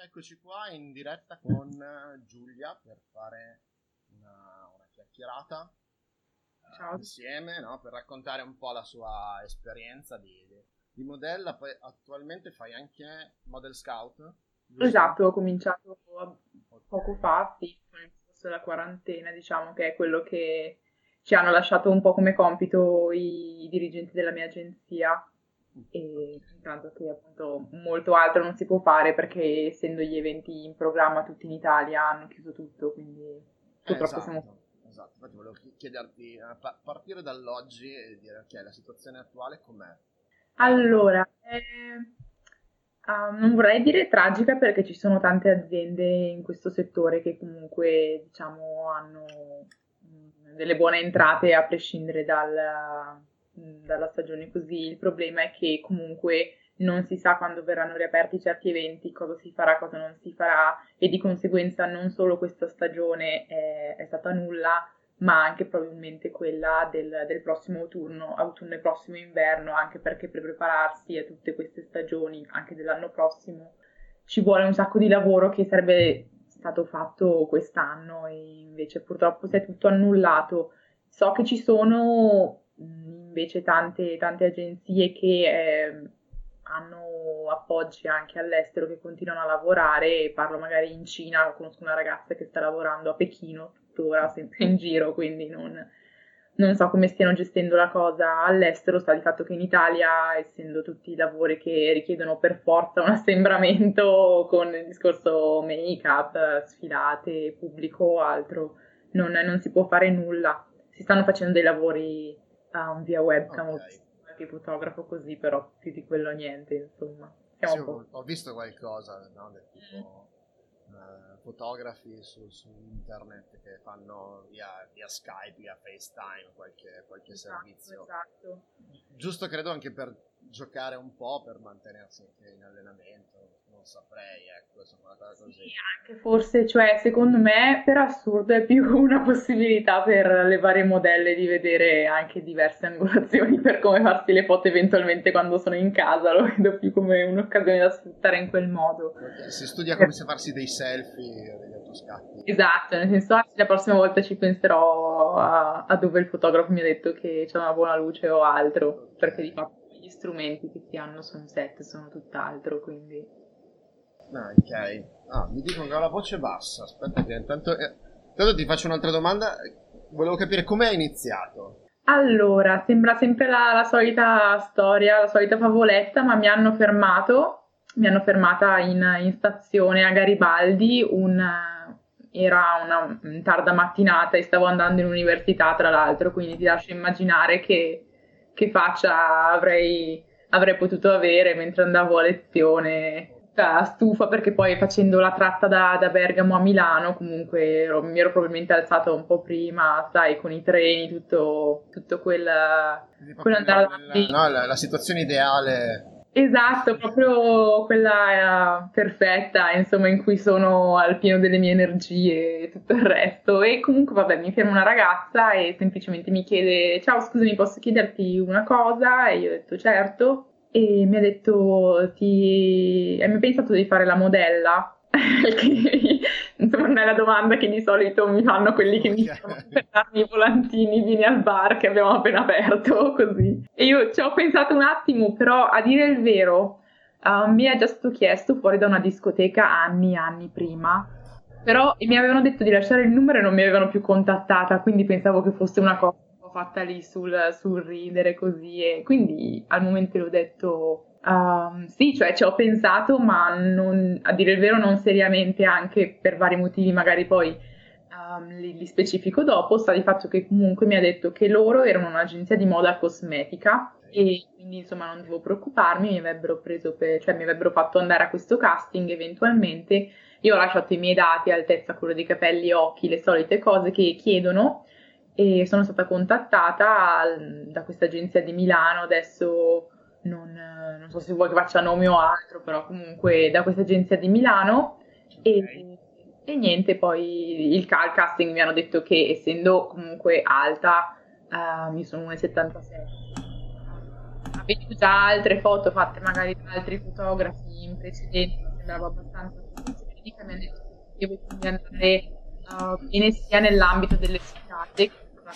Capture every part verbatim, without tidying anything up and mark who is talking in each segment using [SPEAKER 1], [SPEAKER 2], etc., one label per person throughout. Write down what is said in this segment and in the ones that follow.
[SPEAKER 1] Eccoci qua in diretta con eh, Giulia per fare una, una chiacchierata eh,
[SPEAKER 2] Ciao.
[SPEAKER 1] insieme, no? Per raccontare un po' la sua esperienza di, di, di modella. Poi attualmente fai anche Model Scout, giusto?
[SPEAKER 2] Esatto, ho cominciato
[SPEAKER 1] Ok.
[SPEAKER 2] poco fa, sì, con il discorso della quarantena, diciamo che è quello che ci hanno lasciato un po' come compito i dirigenti della mia agenzia
[SPEAKER 1] Mm,
[SPEAKER 2] e
[SPEAKER 1] ok.
[SPEAKER 2] intanto che appunto molto altro non si può fare perché essendo gli eventi in programma tutti in Italia hanno chiuso tutto, quindi
[SPEAKER 1] Eh,
[SPEAKER 2] purtroppo siamo...
[SPEAKER 1] esatto, esatto. Infatti volevo chi- chiederti, eh, pa- partire dall'oggi e dire, ok, la situazione attuale com'è? Era...
[SPEAKER 2] Allora, eh, ah, non vorrei dire tragica perché ci sono tante aziende in questo settore che comunque, diciamo, hanno mm, delle buone entrate a prescindere dal- mm, dalla stagione così. Il problema è che comunque non si sa quando verranno riaperti certi eventi, cosa si farà, cosa non si farà e di conseguenza non solo questa stagione è, è stata nulla, ma anche probabilmente quella del, del prossimo autunno, autunno e prossimo inverno, anche perché per prepararsi a tutte queste stagioni, anche dell'anno prossimo, ci vuole un sacco di lavoro che sarebbe stato fatto quest'anno e invece purtroppo si è tutto annullato. So che ci sono mh, invece tante, tante agenzie che eh, hanno appoggi anche all'estero che continuano a lavorare, e parlo magari in Cina, conosco una ragazza che sta lavorando a Pechino tuttora, sempre in giro, quindi non, non so come stiano gestendo la cosa all'estero, sta di fatto che in Italia, essendo tutti i lavori che richiedono per forza un assembramento con il discorso make-up, sfilate, pubblico o altro, non, non si può fare nulla. Si stanno facendo dei lavori um, via webcam,
[SPEAKER 1] Ok.
[SPEAKER 2] ho visto qualche fotografo così, però più di quello niente, insomma. Siamo
[SPEAKER 1] Sì,
[SPEAKER 2] un po'...
[SPEAKER 1] ho, ho visto qualcosa, no, del tipo eh, fotografi su, su internet che fanno via, via Skype, via FaceTime, qualche, qualche
[SPEAKER 2] Esatto,
[SPEAKER 1] servizio.
[SPEAKER 2] esatto.
[SPEAKER 1] Giusto credo anche per giocare un po', per mantenersi anche in allenamento, non saprei, ecco, insomma, una cosa
[SPEAKER 2] Sì,
[SPEAKER 1] così.
[SPEAKER 2] anche forse, cioè, secondo me, per assurdo è più una possibilità per le varie modelle di vedere anche diverse angolazioni per come farsi le foto eventualmente quando sono in casa, lo vedo più come un'occasione da sfruttare in quel modo.
[SPEAKER 1] Ok, si studia come
[SPEAKER 2] Per-
[SPEAKER 1] se farsi dei selfie, degli autoscatti.
[SPEAKER 2] Esatto, nel senso, ah, sì, la prossima volta ci penserò a, a dove il fotografo mi ha detto che c'è una buona luce o altro,
[SPEAKER 1] Ok.
[SPEAKER 2] perché di fatto gli strumenti che si hanno sul set sono tutt'altro, quindi...
[SPEAKER 1] Ah, ok. Ah, mi dicono che ho la voce bassa. Aspetta che intanto, eh, intanto ti faccio un'altra domanda. Volevo capire come hai iniziato.
[SPEAKER 2] Allora, sembra sempre la, la solita storia, la solita favoletta, ma mi hanno fermato, mi hanno fermata in, in stazione a Garibaldi, un- era una mm, tarda mattinata e stavo andando in università, tra l'altro, quindi ti lascio immaginare che, che faccia avrei, avrei potuto avere mentre andavo a lezione, cioè, stufa perché poi facendo la tratta da, da Bergamo a Milano comunque ero- mi ero probabilmente alzata un po' prima, sai, con i treni, tutto, tutto quel,
[SPEAKER 1] Quindi proprio
[SPEAKER 2] quell'andare
[SPEAKER 1] nel- nella,
[SPEAKER 2] avanti.
[SPEAKER 1] no, la, la situazione ideale.
[SPEAKER 2] Esatto, proprio quella eh, perfetta, insomma, in cui sono al pieno delle mie energie e tutto il resto. E comunque, vabbè, mi ferma una ragazza e semplicemente mi chiede: Ciao, scusami, posso chiederti una cosa? E io ho detto: Certo. E mi ha detto: Ti... Hai mai pensato di fare la modella? Che, insomma, non è la domanda che di solito mi fanno quelli che mi
[SPEAKER 1] Ok.
[SPEAKER 2] chiamano per darmi i volantini, vieni al bar che abbiamo appena aperto, così. E io ci ho pensato un attimo, però a dire il vero, uh, mi è già stato chiesto fuori da una discoteca anni e anni prima, però mi avevano detto di lasciare il numero e non mi avevano più contattata, quindi pensavo che fosse una cosa un po' fatta lì sul, sul ridere così, e quindi al momento l'ho detto. Um, sì, cioè ci ho pensato, ma non- a dire il vero non seriamente, anche per vari motivi, magari poi um, li, li specifico dopo. Sta di fatto che comunque mi ha detto che loro erano un'agenzia di moda cosmetica e quindi insomma non devo preoccuparmi, mi avrebbero preso per, cioè mi avrebbero fatto andare a questo casting eventualmente. Io ho lasciato i miei dati, altezza, colore dei capelli, occhi, le solite cose che chiedono e sono stata contattata al- da questa agenzia di Milano, adesso non, eh, non so se vuoi che faccia nome o altro, però comunque da questa agenzia di Milano
[SPEAKER 1] Ok.
[SPEAKER 2] e, e niente, poi il, ca- il casting mi hanno detto che essendo comunque alta, eh, mi sono uno virgola settantasette. Avevo già altre foto fatte magari da altri fotografi in precedenza, sembrava abbastanza giuridica, mi hanno detto che io voglio andare uh, bene sia nell'ambito delle sfilate,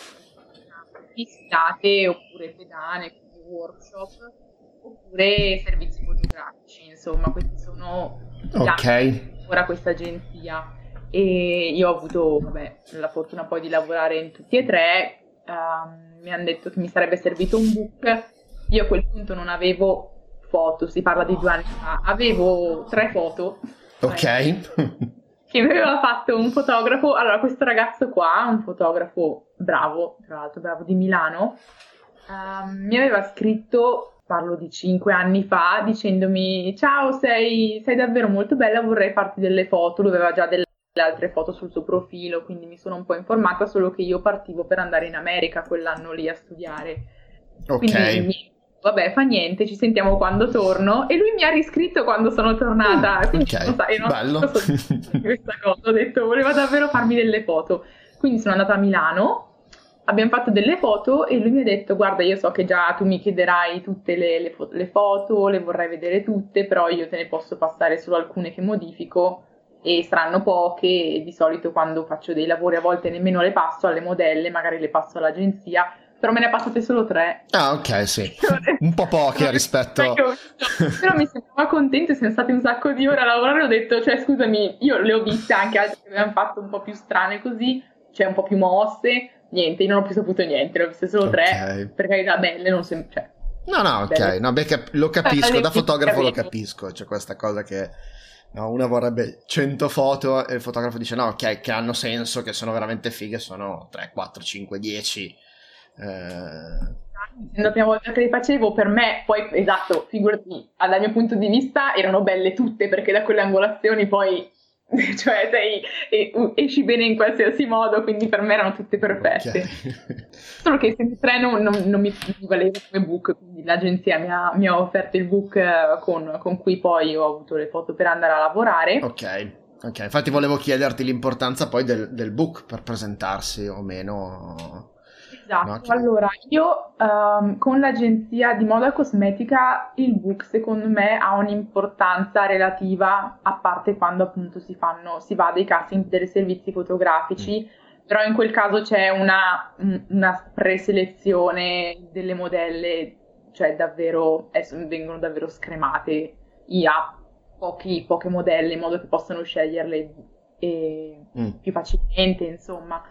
[SPEAKER 2] sfilate oppure pedane, quindi workshop, oppure servizi fotografici, insomma, questi sono
[SPEAKER 1] ok.
[SPEAKER 2] ora questa agenzia. E io ho avuto vabbè, la fortuna poi di lavorare in tutti e tre. Um, mi hanno detto che mi sarebbe servito un book. Io a quel punto non avevo foto, si parla di due anni fa, avevo tre foto.
[SPEAKER 1] Ok.
[SPEAKER 2] Che mi aveva fatto un fotografo. Allora, questo ragazzo qua, un fotografo bravo, tra l'altro bravo di Milano, um, mi aveva scritto, parlo di cinque anni fa, dicendomi: ciao, sei, sei davvero molto bella, vorrei farti delle foto. Lui aveva già delle altre foto sul suo profilo, quindi mi sono un po' informata, solo che io partivo per andare in America quell'anno lì a studiare.
[SPEAKER 1] Ok.
[SPEAKER 2] Quindi, vabbè, fa niente, ci sentiamo quando torno. E lui mi ha riscritto quando sono tornata.
[SPEAKER 1] Mm,
[SPEAKER 2] quindi
[SPEAKER 1] ok,
[SPEAKER 2] non sai, no,
[SPEAKER 1] bello.
[SPEAKER 2] questa cosa, ho detto, voleva davvero farmi delle foto. Quindi sono andata a Milano, abbiamo fatto delle foto e lui mi ha detto: guarda, io so che già tu mi chiederai tutte le, le, fo- le foto, le vorrai vedere tutte, però io te ne posso passare solo alcune che modifico e saranno poche, e di solito quando faccio dei lavori a volte nemmeno le passo alle modelle, magari le passo all'agenzia, però me ne ha passate solo tre.
[SPEAKER 1] Ah, ok, sì. Un po' poche rispetto...
[SPEAKER 2] Però mi sembrava contento, siamo stati un sacco di ore a lavorare, ho detto, cioè scusami, io le ho viste anche altre che avevano fatto un po' più strane così, cioè un po' più mosse, niente, io non ho più saputo niente, ne ho viste solo tre,
[SPEAKER 1] Ok.
[SPEAKER 2] per carità belle, non sem- cioè,
[SPEAKER 1] No, no, ok,
[SPEAKER 2] belle.
[SPEAKER 1] no, beh, cap- lo capisco,
[SPEAKER 2] Belle
[SPEAKER 1] da fotografo lo
[SPEAKER 2] belle.
[SPEAKER 1] capisco, c'è questa cosa che no, una vorrebbe cento foto e il fotografo dice no, ok, che hanno senso, che sono veramente fighe, sono tre, quattro, cinque, dieci. Eh...
[SPEAKER 2] La prima volta che le facevo, per me, poi, esatto, figurati, dal mio punto di vista erano belle tutte, perché da quelle angolazioni poi, cioè, sei, e, esci bene in qualsiasi modo, quindi per me erano tutte perfette.
[SPEAKER 1] Okay.
[SPEAKER 2] Solo che essendo tre non, non, non mi valeva come book, quindi l'agenzia mi ha, mi ha offerto il book con, con cui poi ho avuto le foto per andare a lavorare.
[SPEAKER 1] Ok, ok, infatti volevo chiederti l'importanza poi del, del book per presentarsi o meno.
[SPEAKER 2] Esatto,
[SPEAKER 1] No, che...
[SPEAKER 2] allora io um, con l'agenzia di moda cosmetica il book secondo me ha un'importanza relativa, a parte quando appunto si fanno, si va a dei casting dei servizi fotografici, mm. però in quel caso c'è una, una preselezione delle modelle, cioè davvero, eh, vengono davvero scremate, ha pochi, poche modelle in modo che possano sceglierle e, mm. più facilmente, insomma.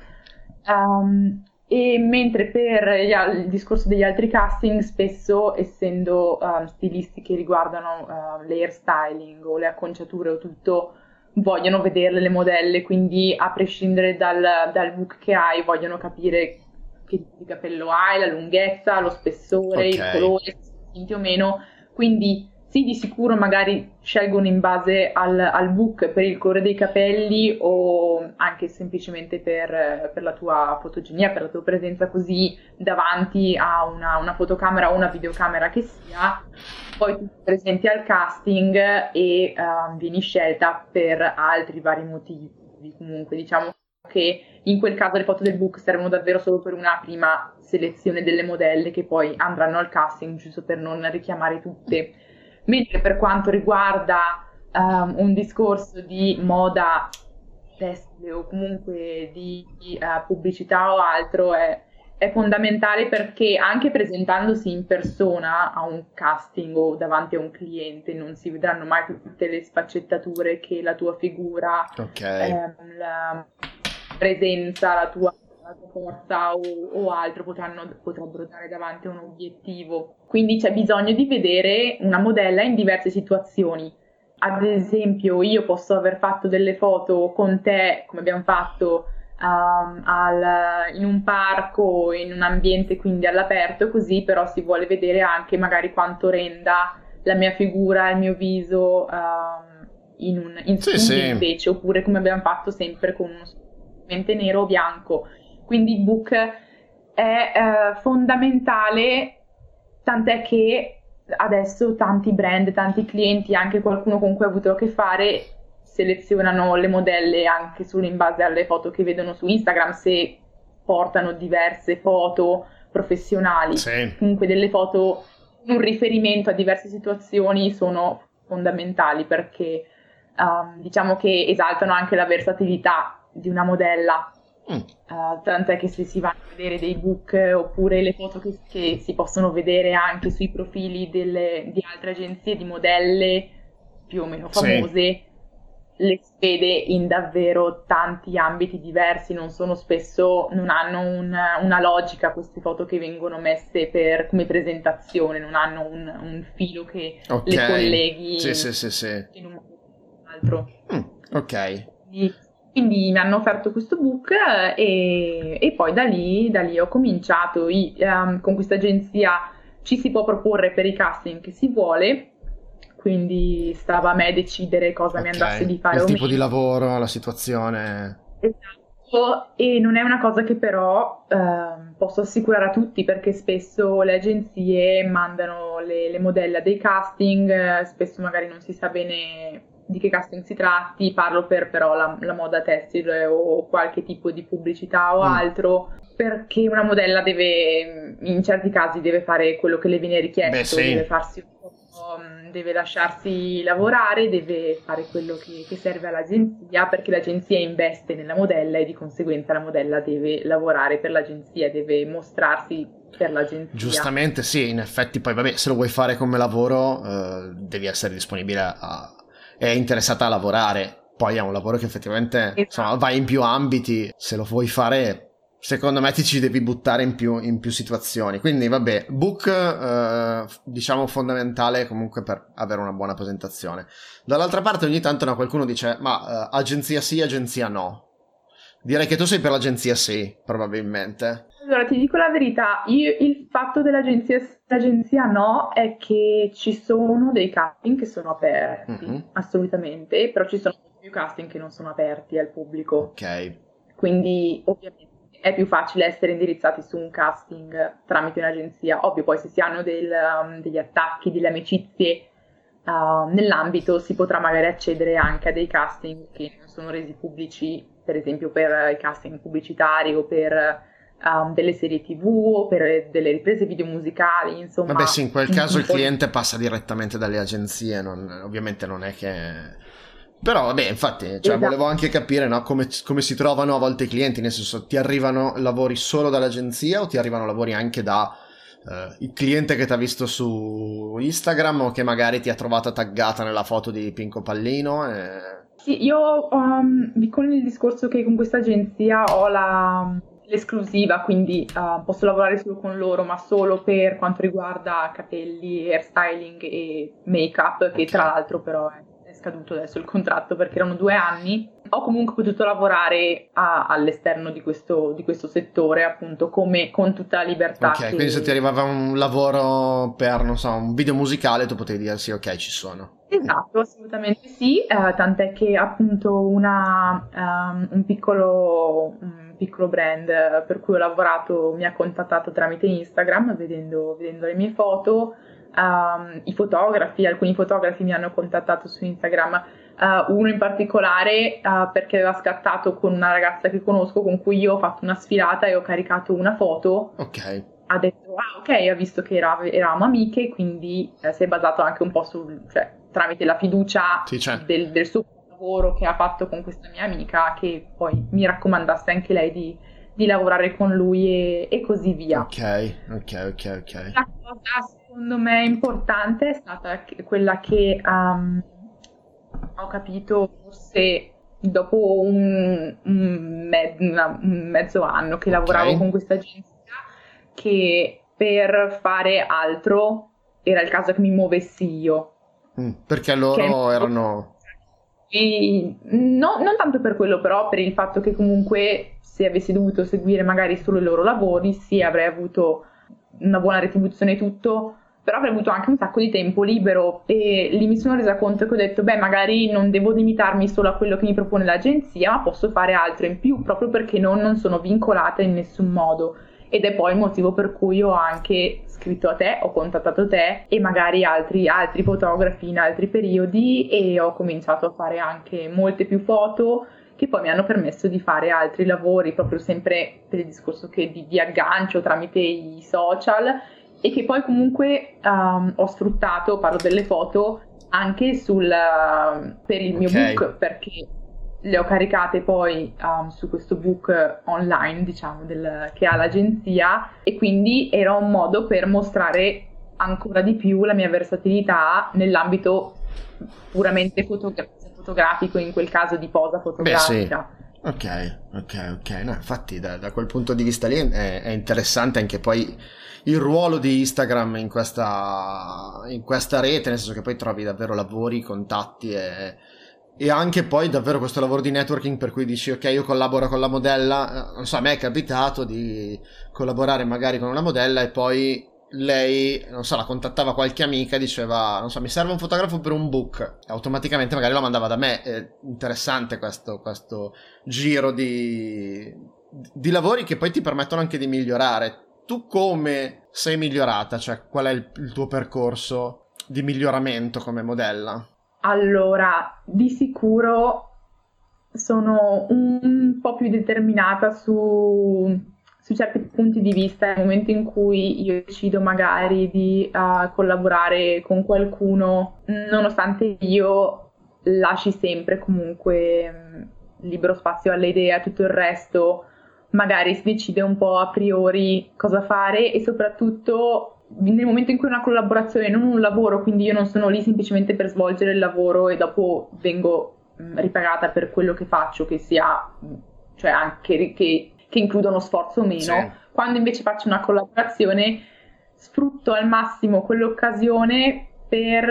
[SPEAKER 2] Um, E mentre per il discorso degli altri casting, spesso essendo uh, stilisti che riguardano uh, l'hairstyling o le acconciature o tutto, vogliono vederle le modelle, quindi a prescindere dal, dal look che hai, vogliono capire che tipo di capello hai, la lunghezza, lo spessore,
[SPEAKER 1] Ok.
[SPEAKER 2] il colore, se si tinti o meno. Quindi sì, di sicuro magari scelgono in base al, al book per il colore dei capelli o anche semplicemente per, per la tua fotogenia, per la tua presenza così davanti a una, una fotocamera o una videocamera che sia. Poi tu ti presenti al casting e uh, vieni scelta per altri vari motivi. Comunque diciamo che in quel caso le foto del book servono davvero solo per una prima selezione delle modelle che poi andranno al casting, giusto per non richiamare tutte. Mentre per quanto riguarda um, un discorso di moda tessile o comunque di, di uh, pubblicità o altro è, è fondamentale, perché anche presentandosi in persona a un casting o davanti a un cliente non si vedranno mai tutte le sfaccettature che la tua figura,
[SPEAKER 1] okay.
[SPEAKER 2] ehm, la presenza, la tua forza o, o altro potranno, potrebbero dare davanti a un obiettivo. Quindi c'è bisogno di vedere una modella in diverse situazioni. Ad esempio, io posso aver fatto delle foto con te, come abbiamo fatto um, al, in un parco, in un ambiente quindi all'aperto, così però si vuole vedere anche magari quanto renda la mia figura, il mio viso um, in un in
[SPEAKER 1] sì,
[SPEAKER 2] studio
[SPEAKER 1] sì.
[SPEAKER 2] invece, oppure come abbiamo fatto sempre con uno strumento nero o bianco. Quindi il book è eh, fondamentale, tant'è che adesso tanti brand, tanti clienti, anche qualcuno con cui ho avuto a che fare, selezionano le modelle anche solo in base alle foto che vedono su Instagram, se portano diverse foto professionali.
[SPEAKER 1] Sì.
[SPEAKER 2] Comunque delle foto, un riferimento a diverse situazioni sono fondamentali, perché um, diciamo che esaltano anche la versatilità di una modella.
[SPEAKER 1] Mm.
[SPEAKER 2] Uh, tant'è che se si vanno a vedere dei book oppure le foto che, che si possono vedere anche sui profili delle, di altre agenzie di modelle più o meno famose, sì, le si vede in davvero tanti ambiti diversi, non sono spesso, non hanno una, una logica queste foto che vengono messe per, come presentazione, non hanno un, un filo che
[SPEAKER 1] okay.
[SPEAKER 2] le colleghi
[SPEAKER 1] sì, sì, sì, sì.
[SPEAKER 2] in un modo o in un altro.
[SPEAKER 1] Mm, ok.
[SPEAKER 2] Quindi, quindi mi hanno offerto questo book e, e poi da lì, da lì ho cominciato. I, um, con questa agenzia ci si può proporre per i casting che si vuole, quindi stava a me decidere cosa
[SPEAKER 1] okay.
[SPEAKER 2] mi andasse di fare.
[SPEAKER 1] Il
[SPEAKER 2] o
[SPEAKER 1] tipo
[SPEAKER 2] meno.
[SPEAKER 1] di lavoro, la situazione.
[SPEAKER 2] Esatto, e non è una cosa che però um, posso assicurare a tutti, perché spesso le agenzie mandano le, le modelle a dei casting, eh, spesso magari non si sa bene di che casting si tratti, parlo per però la, la moda tessile o qualche tipo di pubblicità o
[SPEAKER 1] Mm.
[SPEAKER 2] altro, perché una modella deve, in certi casi deve fare quello che le viene richiesto,
[SPEAKER 1] Beh, sì.
[SPEAKER 2] deve farsi un po', um, deve lasciarsi lavorare, deve fare quello che, che serve all'agenzia, perché l'agenzia investe nella modella e di conseguenza la modella deve lavorare per l'agenzia, deve mostrarsi per l'agenzia.
[SPEAKER 1] Giustamente sì, in effetti poi vabbè, se lo vuoi fare come lavoro eh, devi essere disponibile a... è interessata a lavorare. Poi è un lavoro che effettivamente, esatto, insomma, vai in più ambiti, se lo vuoi fare secondo me ti ci devi buttare in più, in più situazioni. Quindi vabbè, book eh, diciamo fondamentale comunque per avere una buona presentazione. Dall'altra parte ogni tanto no, qualcuno dice ma eh, agenzia sì, agenzia no. Direi che tu sei per l'agenzia sì, probabilmente.
[SPEAKER 2] Allora, ti dico la verità, io, il fatto dell'agenzia, l'agenzia no, è che ci sono dei casting che sono aperti,
[SPEAKER 1] Mm-hmm.
[SPEAKER 2] assolutamente, però ci sono più casting che non sono aperti al pubblico.
[SPEAKER 1] Ok.
[SPEAKER 2] Quindi ovviamente è più facile essere indirizzati su un casting tramite un'agenzia. Ovvio, poi se si hanno del, um, degli attacchi, delle amicizie uh, nell'ambito, si potrà magari accedere anche a dei casting che non sono resi pubblici, per esempio per i casting pubblicitari o per um, delle serie tivù o per delle riprese video musicali, insomma.
[SPEAKER 1] Vabbè sì, in quel caso
[SPEAKER 2] un
[SPEAKER 1] il
[SPEAKER 2] po' di-
[SPEAKER 1] cliente passa direttamente dalle agenzie, non- ovviamente non è che... Però vabbè, infatti, cioè,
[SPEAKER 2] Esatto.
[SPEAKER 1] volevo anche capire, no, come, come si trovano a volte i clienti, nel senso, ti arrivano lavori solo dall'agenzia o ti arrivano lavori anche da eh, il cliente che ti ha visto su Instagram o che magari ti ha trovata taggata nella foto di Pinco Pallino? E...
[SPEAKER 2] Sì, io um, con il discorso che con questa agenzia ho la, l'esclusiva, quindi uh, posso lavorare solo con loro, ma solo per quanto riguarda capelli, hairstyling e make-up, che
[SPEAKER 1] Okay.
[SPEAKER 2] tra l'altro però è, è scaduto adesso il contratto perché erano due anni. Ho comunque potuto lavorare a- all'esterno di questo, di questo settore, appunto, come con tutta la libertà.
[SPEAKER 1] Ok,
[SPEAKER 2] che...
[SPEAKER 1] quindi se ti arrivava un lavoro per, non so, un video musicale, tu potevi dire sì, ok, ci sono.
[SPEAKER 2] Esatto, assolutamente sì, eh, tant'è che appunto una, ehm, un piccolo, un piccolo brand eh, per cui ho lavorato mi ha contattato tramite Instagram vedendo, vedendo le mie foto, ehm, i fotografi, alcuni fotografi mi hanno contattato su Instagram, eh, uno in particolare eh, perché aveva scattato con una ragazza che conosco con cui io ho fatto una sfilata e ho caricato una foto.
[SPEAKER 1] Ok.
[SPEAKER 2] Ha detto, ah ok, ha visto che era- eravamo amiche, quindi eh, si è basato anche un po' sul, cioè, tramite la fiducia
[SPEAKER 1] Sì, c'è.
[SPEAKER 2] del, del suo lavoro che ha fatto con questa mia amica, che poi mi raccomandasse anche lei di, di lavorare con lui e, e così via.
[SPEAKER 1] Ok, ok, ok, ok.
[SPEAKER 2] La cosa secondo me importante è stata che- quella che um, ho capito forse dopo un, un me- una- un mezzo anno che
[SPEAKER 1] Ok.
[SPEAKER 2] lavoravo con questa agenzia, che per fare altro era il caso che mi muovessi io.
[SPEAKER 1] Mm, perché
[SPEAKER 2] Che
[SPEAKER 1] loro
[SPEAKER 2] è-
[SPEAKER 1] erano...
[SPEAKER 2] e no- non tanto per quello, però per il fatto che comunque se avessi dovuto seguire magari solo i loro lavori, sì, avrei avuto una buona retribuzione e tutto, però avrei avuto anche un sacco di tempo libero e lì mi sono resa conto che ho detto, beh, magari non devo limitarmi solo a quello che mi propone l'agenzia, ma posso fare altro in più, proprio perché non, non sono vincolata in nessun modo. Ed è poi il motivo per cui ho anche scritto a te, ho contattato te e magari altri, altri fotografi in altri periodi e ho cominciato a fare anche molte più foto che poi mi hanno permesso di fare altri lavori, proprio sempre per il discorso che di, di aggancio tramite i social e che poi comunque um, ho sfruttato, parlo delle foto, anche sul, uh, per il mio
[SPEAKER 1] Ok.
[SPEAKER 2] book, perché le ho caricate poi um, su questo book online, diciamo, del- che ha l'agenzia, e quindi era un modo per mostrare ancora di più la mia versatilità nell'ambito puramente fotogra- fotografico, in quel caso di posa
[SPEAKER 1] Beh, sì.
[SPEAKER 2] fotografica.
[SPEAKER 1] Ok, ok, ok. No, infatti da, da quel punto di vista lì è, è interessante anche poi il ruolo di Instagram in questa, in questa rete, nel senso che poi trovi davvero lavori, contatti e, e anche poi davvero questo lavoro di networking per cui dici ok, io collaboro con la modella, eh, non so, a me è capitato di collaborare magari con una modella e poi lei, non so, la contattava qualche amica e diceva, non so, mi serve un fotografo per un book. E automaticamente magari lo mandava da me. È interessante questo, questo giro di, di lavori che poi ti permettono anche di migliorare. Tu come sei migliorata? Cioè, qual è il, il tuo percorso di miglioramento come modella?
[SPEAKER 2] Allora, di sicuro sono un po' più determinata su, su certi punti di vista nel momento in cui io decido magari di uh, collaborare con qualcuno, nonostante io lasci sempre comunque mh, libero spazio alle idee, a tutto il resto, magari si decide un po' a priori cosa fare e soprattutto nel momento in cui è una collaborazione, non un lavoro, quindi io non sono lì semplicemente per svolgere il lavoro e dopo vengo mh, ripagata per quello che faccio, che sia, mh, cioè anche che, che includa uno sforzo o
[SPEAKER 1] Sì.
[SPEAKER 2] meno. Quando invece faccio una collaborazione, sfrutto al massimo quell'occasione per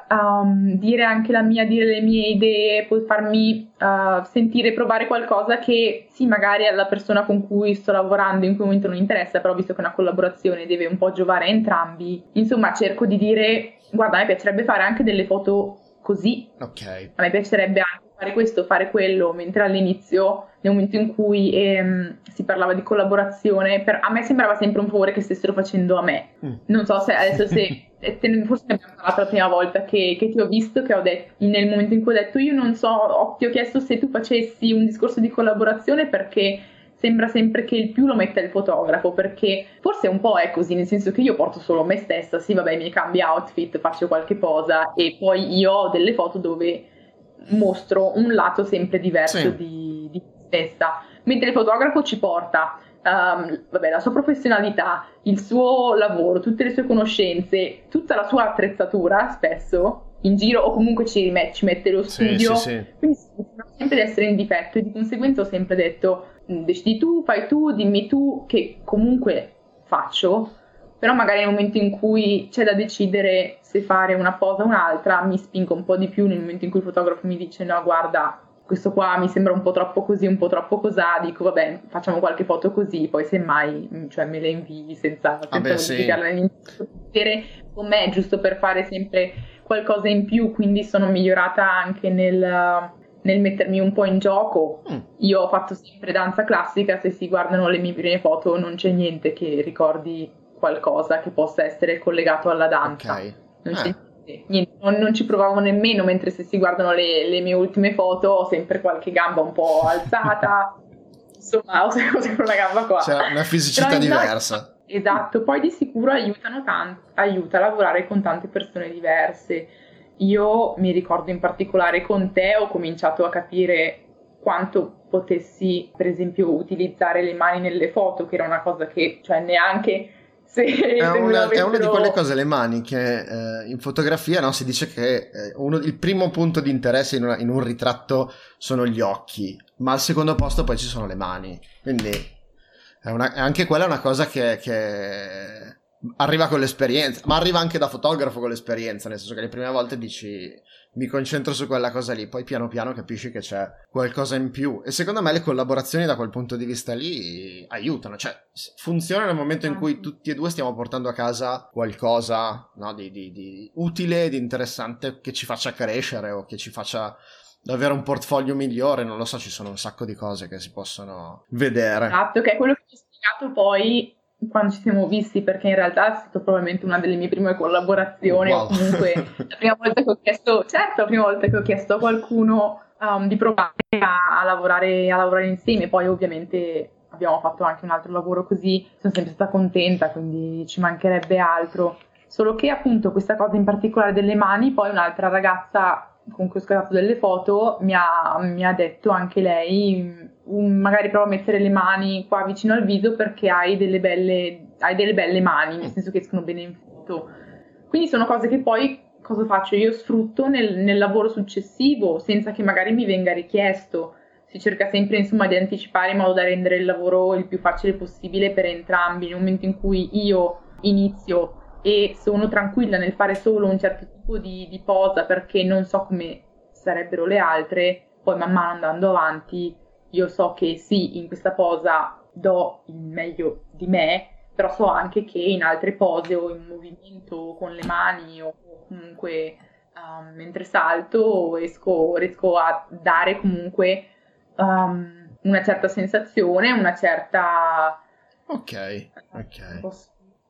[SPEAKER 2] um, dire anche la mia, dire le mie idee, poi farmi uh, sentire, provare qualcosa che sì, magari alla persona con cui sto lavorando in quel momento non interessa, però visto che è una collaborazione deve un po' giovare a entrambi. Insomma, cerco di dire, guarda, a me piacerebbe fare anche delle foto così,
[SPEAKER 1] Ok.
[SPEAKER 2] a me piacerebbe anche fare questo, fare quello, mentre all'inizio, nel momento in cui ehm, si parlava di collaborazione, per, a me sembrava sempre un favore che stessero facendo a me.
[SPEAKER 1] Mm.
[SPEAKER 2] Non so se adesso se, te, forse ne abbiamo parlato la prima volta che, che ti ho visto, che ho detto, nel momento in cui ho detto io non so, ho, ti ho chiesto se tu facessi un discorso di collaborazione perché sembra sempre che il più lo metta il fotografo, perché forse un po' è così, nel senso che io porto solo me stessa, sì vabbè mi cambio outfit, faccio qualche posa e poi io ho delle foto dove mostro un lato sempre diverso
[SPEAKER 1] Sì.
[SPEAKER 2] di, di me stessa, mentre il fotografo ci porta um, vabbè, la sua professionalità, il suo lavoro, tutte le sue conoscenze, tutta la sua attrezzatura spesso in giro o comunque ci, rimet- ci mette lo studio,
[SPEAKER 1] Sì, sì, sì.
[SPEAKER 2] quindi sembra sempre di essere in difetto e di conseguenza ho sempre detto decidi tu, fai tu, dimmi tu, che comunque faccio, però magari nel momento in cui c'è da decidere se fare una posa o un'altra mi spingo un po' di più, nel momento in cui il fotografo mi dice no guarda questo qua mi sembra un po' troppo così, un po' troppo cosà, dico vabbè facciamo qualche foto così, poi semmai cioè, me le invii senza,
[SPEAKER 1] Ah
[SPEAKER 2] senza
[SPEAKER 1] beh, sì.
[SPEAKER 2] modificarle vedere con me giusto per fare sempre qualcosa in più, quindi sono migliorata anche nel, nel mettermi un po' in gioco.
[SPEAKER 1] Mm.
[SPEAKER 2] Io ho fatto sempre danza classica, se si guardano le mie prime foto non c'è niente che ricordi qualcosa che possa essere collegato alla danza.
[SPEAKER 1] Ok.
[SPEAKER 2] Non c'è
[SPEAKER 1] Eh.
[SPEAKER 2] niente, niente, non, non ci provavo nemmeno, mentre se si guardano le, le mie ultime foto ho sempre qualche gamba un po' alzata, insomma ho sempre una gamba qua.
[SPEAKER 1] C'è una fisicità
[SPEAKER 2] Però,
[SPEAKER 1] diversa.
[SPEAKER 2] esatto, poi di sicuro aiutano tanto, aiuta a lavorare con tante persone diverse. Io mi ricordo in particolare con te ho cominciato a capire quanto potessi, per esempio, utilizzare le mani nelle foto, che era una cosa che, cioè, neanche se,
[SPEAKER 1] È
[SPEAKER 2] se me
[SPEAKER 1] una, è una di quelle
[SPEAKER 2] l'avessero...
[SPEAKER 1] cose, le mani, che eh, in fotografia no, si dice che eh, uno- il primo punto di interesse in, una- in un ritratto sono gli occhi, ma al secondo posto poi ci sono le mani. Quindi è una- è anche quella una cosa che, che arriva con l'esperienza, ma arriva anche da fotografo con l'esperienza, nel senso che le prime volte dici mi concentro su quella cosa lì, poi piano piano capisci che c'è qualcosa in più e secondo me le collaborazioni da quel punto di vista lì aiutano, cioè funziona nel momento in cui tutti e due stiamo portando a casa qualcosa, no, di, di, di utile, di interessante che ci faccia crescere o che ci faccia avere un portfolio migliore, non lo so, ci sono un sacco di cose che si possono vedere.
[SPEAKER 2] Esatto, che è quello che ti ho spiegato poi quando ci siamo visti, perché in realtà è stato probabilmente una delle mie prime collaborazioni,
[SPEAKER 1] Wow.
[SPEAKER 2] o comunque la prima volta che ho chiesto, certo, la prima volta che ho chiesto a qualcuno um, di provare a, a, lavorare, a lavorare insieme, poi ovviamente abbiamo fatto anche un altro lavoro così, sono sempre stata contenta, quindi ci mancherebbe altro. Solo che appunto questa cosa in particolare delle mani, poi un'altra ragazza con cui ho scattato delle foto mi ha, mi ha detto anche lei, um, magari prova a mettere le mani qua vicino al viso perché hai delle belle, hai delle belle mani, nel senso che escono bene in foto. Quindi sono cose che poi cosa faccio? Io sfrutto nel, nel lavoro successivo senza che magari mi venga richiesto. Si cerca sempre insomma di anticipare in modo da rendere il lavoro il più facile possibile per entrambi. Nel momento in cui io inizio e sono tranquilla nel fare solo un certo tipo di, di posa perché non so come sarebbero le altre, poi man mano andando avanti io so che sì, in questa posa do il meglio di me, però so anche che in altre pose o in movimento con le mani o comunque um, mentre salto riesco, riesco a dare comunque um, una certa sensazione, una certa...
[SPEAKER 1] Ok, ok.
[SPEAKER 2] Posso...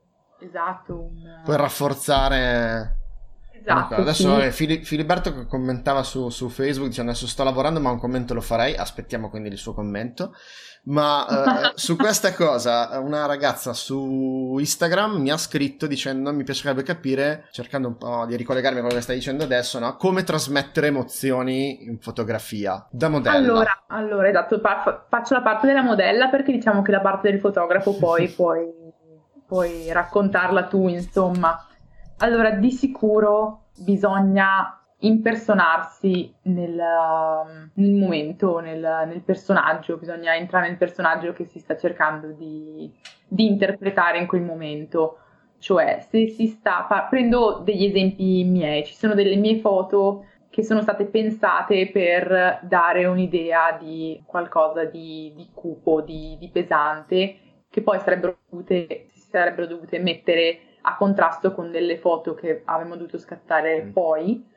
[SPEAKER 2] Esatto. Un...
[SPEAKER 1] Puoi rafforzare...
[SPEAKER 2] Esatto,
[SPEAKER 1] adesso
[SPEAKER 2] sì.
[SPEAKER 1] vabbè, Fili- Filiberto commentava su, su Facebook dicendo adesso sto lavorando ma un commento lo farei, aspettiamo quindi il suo commento. Ma eh, su questa cosa una ragazza su Instagram mi ha scritto dicendo mi piacerebbe capire, cercando un po' di ricollegarmi a quello che stai dicendo adesso, no? Come trasmettere emozioni in fotografia da modella.
[SPEAKER 2] Allora, allora esatto, fa- faccio la parte della modella perché diciamo che la parte del fotografo poi puoi, puoi raccontarla tu, insomma. Allora, di sicuro bisogna impersonarsi nel, nel momento, nel, nel personaggio, bisogna entrare nel personaggio che si sta cercando di, di interpretare in quel momento. Cioè, se si sta... fa- prendo degli esempi miei, ci sono delle mie foto che sono state pensate per dare un'idea di qualcosa di, di cupo, di, di pesante, che poi sarebbero dovute, si sarebbero dovute mettere a contrasto con delle foto che avremmo dovuto scattare mm. poi,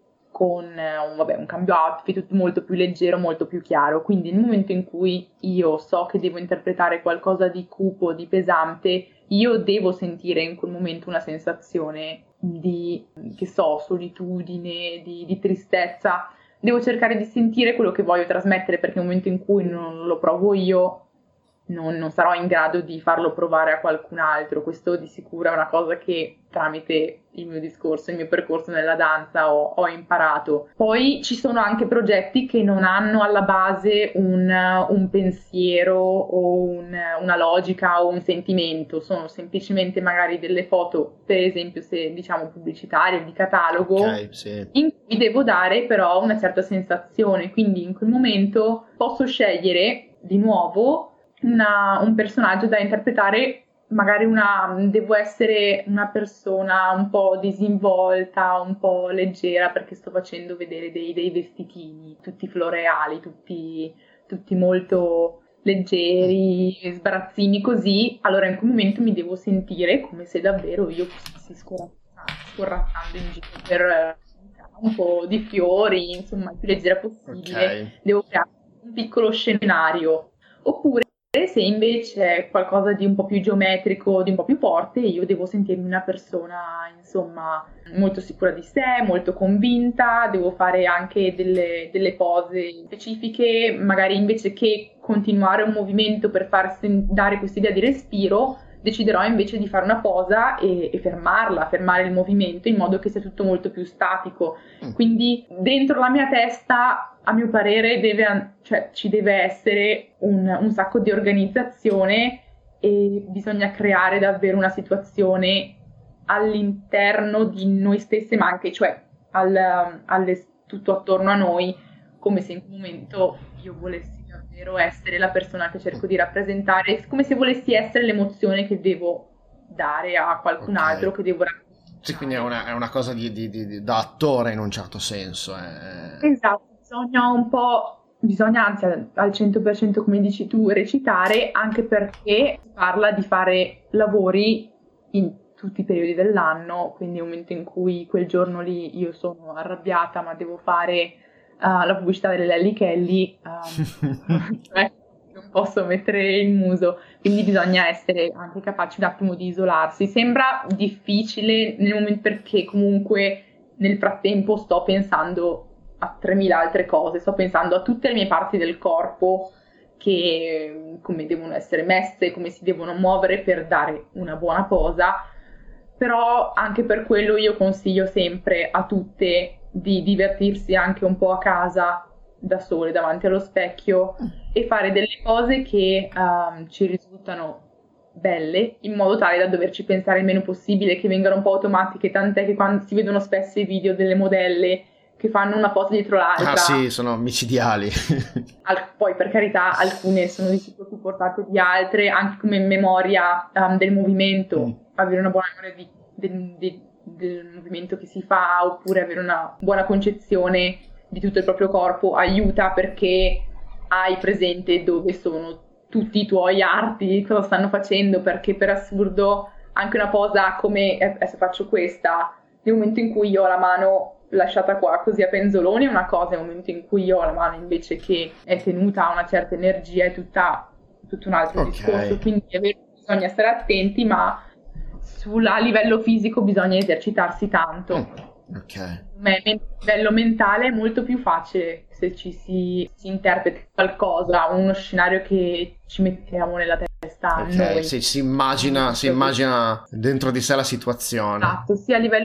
[SPEAKER 2] con un, vabbè, un cambio outfit molto più leggero, molto più chiaro. Quindi nel momento in cui io so che devo interpretare qualcosa di cupo, di pesante, io devo sentire in quel momento una sensazione di, che so, solitudine, di, di tristezza. Devo cercare di sentire quello che voglio trasmettere, perché nel momento in cui non lo provo io, Non, non sarò in grado di farlo provare a qualcun altro. Questo di sicuro è una cosa che tramite il mio discorso, il mio percorso nella danza ho, ho imparato. Poi ci sono anche progetti che non hanno alla base un, un pensiero o un, una logica o un sentimento, sono semplicemente magari delle foto, per esempio se diciamo pubblicitarie, di catalogo,
[SPEAKER 1] okay, sì.
[SPEAKER 2] in cui devo dare però una certa sensazione, quindi in quel momento posso scegliere di nuovo Una, un personaggio da interpretare, magari una, devo essere una persona un po' disinvolta, un po' leggera perché sto facendo vedere dei, dei vestitini, tutti floreali, tutti, tutti molto leggeri, sbarazzini così, allora in quel momento mi devo sentire come se davvero io fossi scorrazzando in giro per un po' di fiori, insomma il più leggera possibile, okay. Devo creare un piccolo scenario, oppure se invece è qualcosa di un po' più geometrico, di un po' più forte, io devo sentirmi una persona, insomma, molto sicura di sé, molto convinta, devo fare anche delle, delle pose specifiche, magari invece che continuare un movimento per far sen- dare quest'idea di respiro, deciderò invece di fare una posa e, e fermarla, fermare il movimento in modo che sia tutto molto più statico. Quindi dentro la mia testa, a mio parere, deve, cioè, ci deve essere un, un sacco di organizzazione e bisogna creare davvero una situazione all'interno di noi stesse, ma anche cioè, al, alle, tutto attorno a noi, come se in quel momento io volessi davvero essere la persona che cerco di rappresentare, come se volessi essere l'emozione che devo dare a qualcun okay. altro, che devo raccontare.
[SPEAKER 1] Sì, quindi è una, è una cosa di, di, di, di, da attore in un certo senso. Eh.
[SPEAKER 2] Esatto, bisogna un po', bisogna anzi al, al cento per cento come dici tu recitare, anche perché si parla di fare lavori in tutti i periodi dell'anno, quindi nel momento in cui quel giorno lì io sono arrabbiata ma devo fare uh, la pubblicità delle Lelli Kelly, um, cioè, non posso mettere il muso, quindi bisogna essere anche capaci un attimo di isolarsi. Sembra difficile nel momento perché comunque nel frattempo sto pensando a tremila altre cose, sto pensando a tutte le mie parti del corpo che come devono essere messe, come si devono muovere per dare una buona posa, però anche per quello io consiglio sempre a tutte di divertirsi anche un po' a casa da sole davanti allo specchio e fare delle cose che um, ci risultano belle, in modo tale da doverci pensare il meno possibile, che vengano un po' automatiche, tant'è che quando si vedono spesso i video delle modelle che fanno una posa dietro l'altra.
[SPEAKER 1] Ah sì, sono micidiali.
[SPEAKER 2] Al, poi per carità alcune sono di sicuro più portate di altre, anche come memoria um, del movimento, mm. avere una buona memoria di, de, de, del movimento che si fa, oppure avere una buona concezione di tutto il proprio corpo aiuta, perché hai presente dove sono tutti i tuoi arti, cosa stanno facendo, perché per assurdo anche una posa come, adesso faccio questa, nel momento in cui io ho la mano lasciata qua così a penzoloni è una cosa, nel momento in cui io ho la mano invece che è tenuta a una certa energia è tutta, tutto un altro okay. discorso, quindi è vero, bisogna stare attenti, ma sulla, a livello fisico bisogna esercitarsi tanto.
[SPEAKER 1] Oh, ok.
[SPEAKER 2] A livello mentale è molto più facile se ci si, si interpreta qualcosa, uno scenario che ci mettiamo nella testa
[SPEAKER 1] okay.
[SPEAKER 2] noi.
[SPEAKER 1] Sì, si immagina, si immagina dentro di sé la situazione.
[SPEAKER 2] Esatto, sia a livello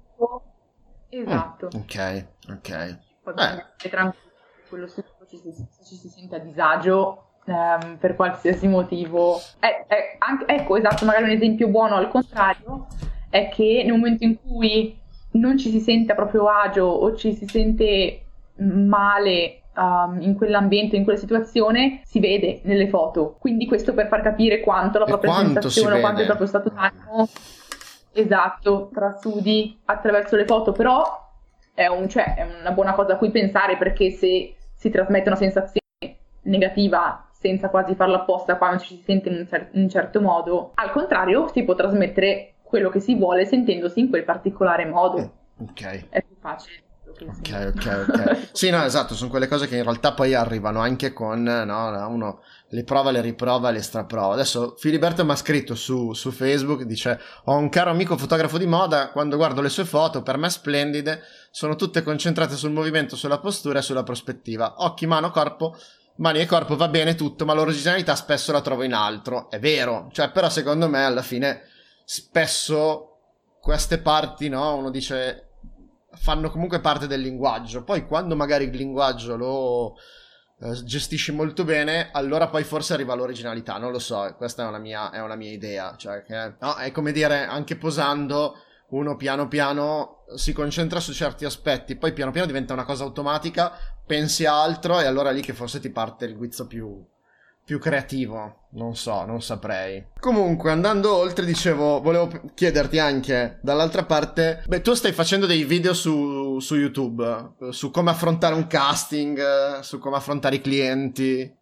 [SPEAKER 2] esatto.
[SPEAKER 1] Mm, ok, ok.
[SPEAKER 2] Poi bisogna essere tranquilli, quello se ci si, se ci si sente a disagio ehm, per qualsiasi motivo. È, è anche, ecco, esatto, magari un esempio buono al contrario è che nel momento in cui non ci si sente a proprio agio o ci si sente male um, in quell'ambiente, in quella situazione, si vede nelle foto. Quindi questo per far capire quanto la propria
[SPEAKER 1] quanto
[SPEAKER 2] sensazione o quanto il proprio stato d'animo esatto trasudi attraverso le foto. Però è, un, cioè, è una buona cosa a cui pensare, perché se si trasmette una sensazione negativa senza quasi farlo apposta quando ci si sente in un, cer- in un certo modo, al contrario si può trasmettere quello che si vuole sentendosi in quel particolare modo.
[SPEAKER 1] Ok.
[SPEAKER 2] È più facile.
[SPEAKER 1] Ok, ok, ok. Sì, no, esatto, sono quelle cose che in realtà poi arrivano anche con, no, uno le prova, le riprova, le straprova. Adesso Filiberto mi ha scritto su, su Facebook, dice: ho un caro amico fotografo di moda, quando guardo le sue foto, per me splendide, sono tutte concentrate sul movimento, sulla postura e sulla prospettiva. Occhi, mano, corpo, mani e corpo va bene tutto, ma l'originalità spesso la trovo in altro. È vero, cioè, però secondo me alla fine spesso queste parti, no, uno dice fanno comunque parte del linguaggio, poi quando magari il linguaggio lo eh, gestisci molto bene, allora poi forse arriva l'originalità, non lo so, questa è una mia, è una mia idea, cioè che no, è come dire, anche posando uno piano piano si concentra su certi aspetti, poi piano piano diventa una cosa automatica, pensi a altro e allora lì che forse ti parte il guizzo più più creativo, non so, non saprei. Comunque, andando oltre, dicevo, volevo chiederti anche, dall'altra parte, beh, tu stai facendo dei video su, su YouTube, su come affrontare un casting, su come affrontare i clienti.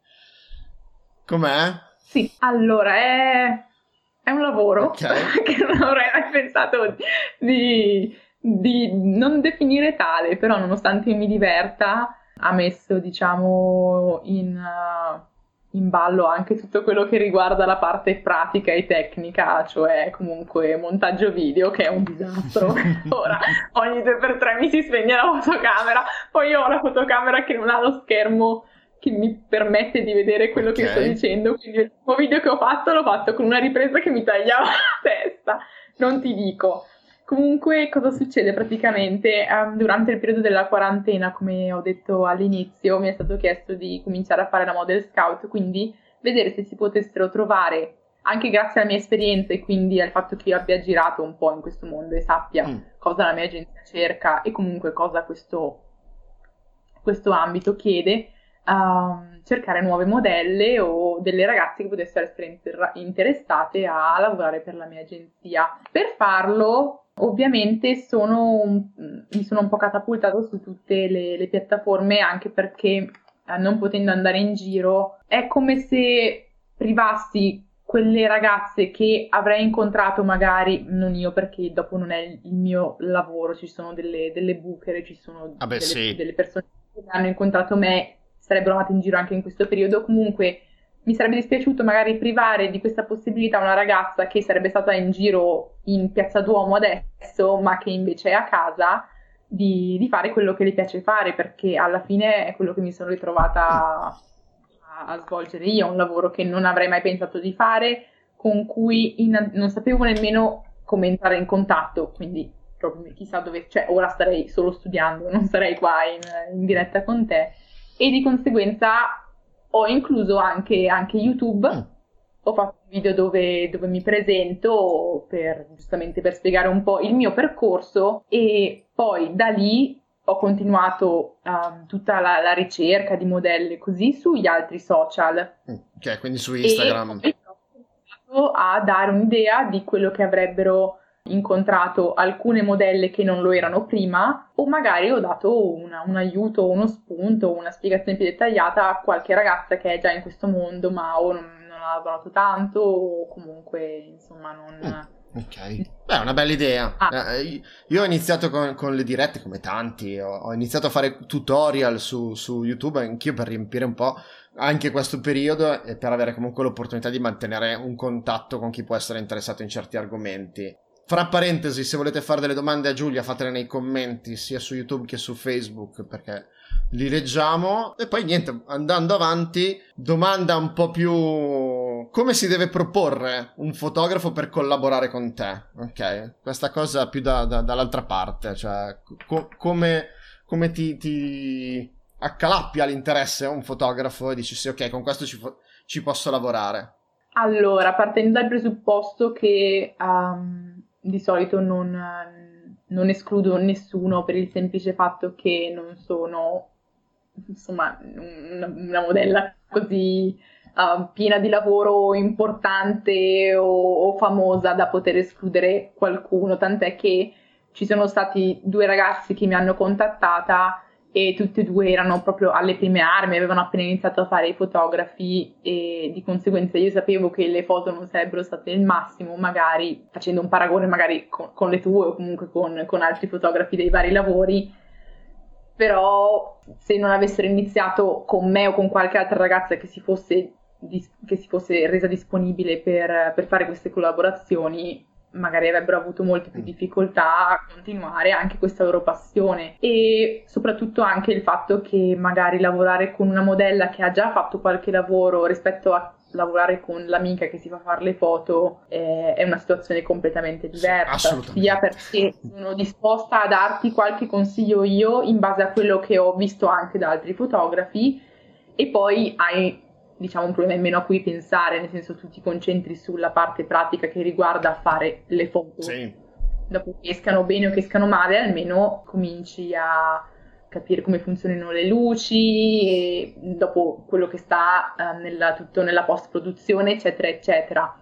[SPEAKER 1] Com'è?
[SPEAKER 2] Sì, allora, è, è un lavoro okay. che non avrei mai pensato di, di non definire tale, però nonostante mi diverta, ha messo, diciamo, in... Uh, in ballo anche tutto quello che riguarda la parte pratica e tecnica, cioè comunque montaggio video, che è un disastro. Ora ogni due per tre mi si spegne la fotocamera, poi io ho la fotocamera che non ha lo schermo che mi permette di vedere quello okay. che sto dicendo, quindi il primo video che ho fatto l'ho fatto con una ripresa che mi tagliava la testa, non ti dico. Comunque cosa succede praticamente? Um, durante il periodo della quarantena, come ho detto all'inizio, mi è stato chiesto di cominciare a fare la model scout, quindi vedere se si potessero trovare, anche grazie alla mia esperienza e quindi al fatto che io abbia girato un po' in questo mondo e sappia mm. cosa la mia agenzia cerca e comunque cosa questo, questo ambito chiede, um, cercare nuove modelle o delle ragazze che potessero essere inter- interessate a lavorare per la mia agenzia. Per farlo ovviamente sono un, mi sono un po' catapultato su tutte le, le piattaforme, anche perché eh, non potendo andare in giro è come se privassi quelle ragazze che avrei incontrato, magari non io perché dopo non è il mio lavoro, ci sono delle, delle booker, ci sono
[SPEAKER 1] ah beh,
[SPEAKER 2] delle,
[SPEAKER 1] sì.
[SPEAKER 2] delle persone che hanno incontrato me, sarebbero andate in giro anche in questo periodo. Comunque mi sarebbe dispiaciuto magari privare di questa possibilità una ragazza che sarebbe stata in giro in Piazza Duomo adesso, ma che invece è a casa, di, di fare quello che le piace fare, perché alla fine è quello che mi sono ritrovata a a, a svolgere io, un lavoro che non avrei mai pensato di fare, con cui in, non sapevo nemmeno come entrare in contatto, quindi proprio chissà dove, cioè ora starei solo studiando, non sarei qua in, in diretta con te, e di conseguenza ho incluso anche, anche YouTube. Mm. Ho fatto un video dove, dove mi presento per, giustamente per spiegare un po' il mio percorso, e poi da lì ho continuato um, tutta la, la ricerca di modelle così sugli altri social.
[SPEAKER 1] Ok, quindi su Instagram.
[SPEAKER 2] E poi ho cominciato a dare un'idea di quello che avrebbero incontrato alcune modelle che non lo erano prima, o magari ho dato una, un aiuto, uno spunto, una spiegazione più dettagliata a qualche ragazza che è già in questo mondo ma o non, non ha lavorato tanto o comunque insomma non...
[SPEAKER 1] Mm. Ok, beh, è una bella idea. Ah. Eh, io ho iniziato con, con le dirette come tanti, ho, ho iniziato a fare tutorial su, su YouTube anch'io per riempire un po' anche questo periodo e per avere comunque l'opportunità di mantenere un contatto con chi può essere interessato in certi argomenti. Fra parentesi, se volete fare delle domande a Giulia fatele nei commenti sia su YouTube che su Facebook, perché li leggiamo. E poi niente, andando avanti, domanda un po' più: come si deve proporre un fotografo per collaborare con te? Ok, questa cosa più da, da, dall'altra parte, cioè co- come, come ti, ti accalappia l'interesse a un fotografo e dici sì, ok, con questo ci, fo- ci posso lavorare.
[SPEAKER 2] Allora, partendo dal presupposto che um, di solito non, non escludo nessuno per il semplice fatto che non sono, insomma, una, una modella così uh, piena di lavoro importante o, o famosa da poter escludere qualcuno, tant'è che ci sono stati due ragazzi che mi hanno contattata e tutti e due erano proprio alle prime armi, avevano appena iniziato a fare i fotografi e di conseguenza io sapevo che le foto non sarebbero state il massimo, magari facendo un paragone magari con, con le tue o comunque con, con altri fotografi dei vari lavori, però se non avessero iniziato con me o con qualche altra ragazza che si fosse, che si fosse resa disponibile per, per fare queste collaborazioni, magari avrebbero avuto molte più difficoltà a continuare anche questa loro passione, e soprattutto anche il fatto che magari lavorare con una modella che ha già fatto qualche lavoro rispetto a lavorare con l'amica che si fa fare le foto eh, è una situazione completamente diversa, sia perché sono disposta a darti qualche consiglio io in base a quello che ho visto anche da altri fotografi, e poi hai diciamo un problema in meno a cui pensare, nel senso tu ti concentri sulla parte pratica che riguarda fare le foto. Sì. Dopo che escano bene o che escano male, almeno cominci a capire come funzionano le luci e dopo quello che sta eh, nella, tutto nella post-produzione, eccetera, eccetera.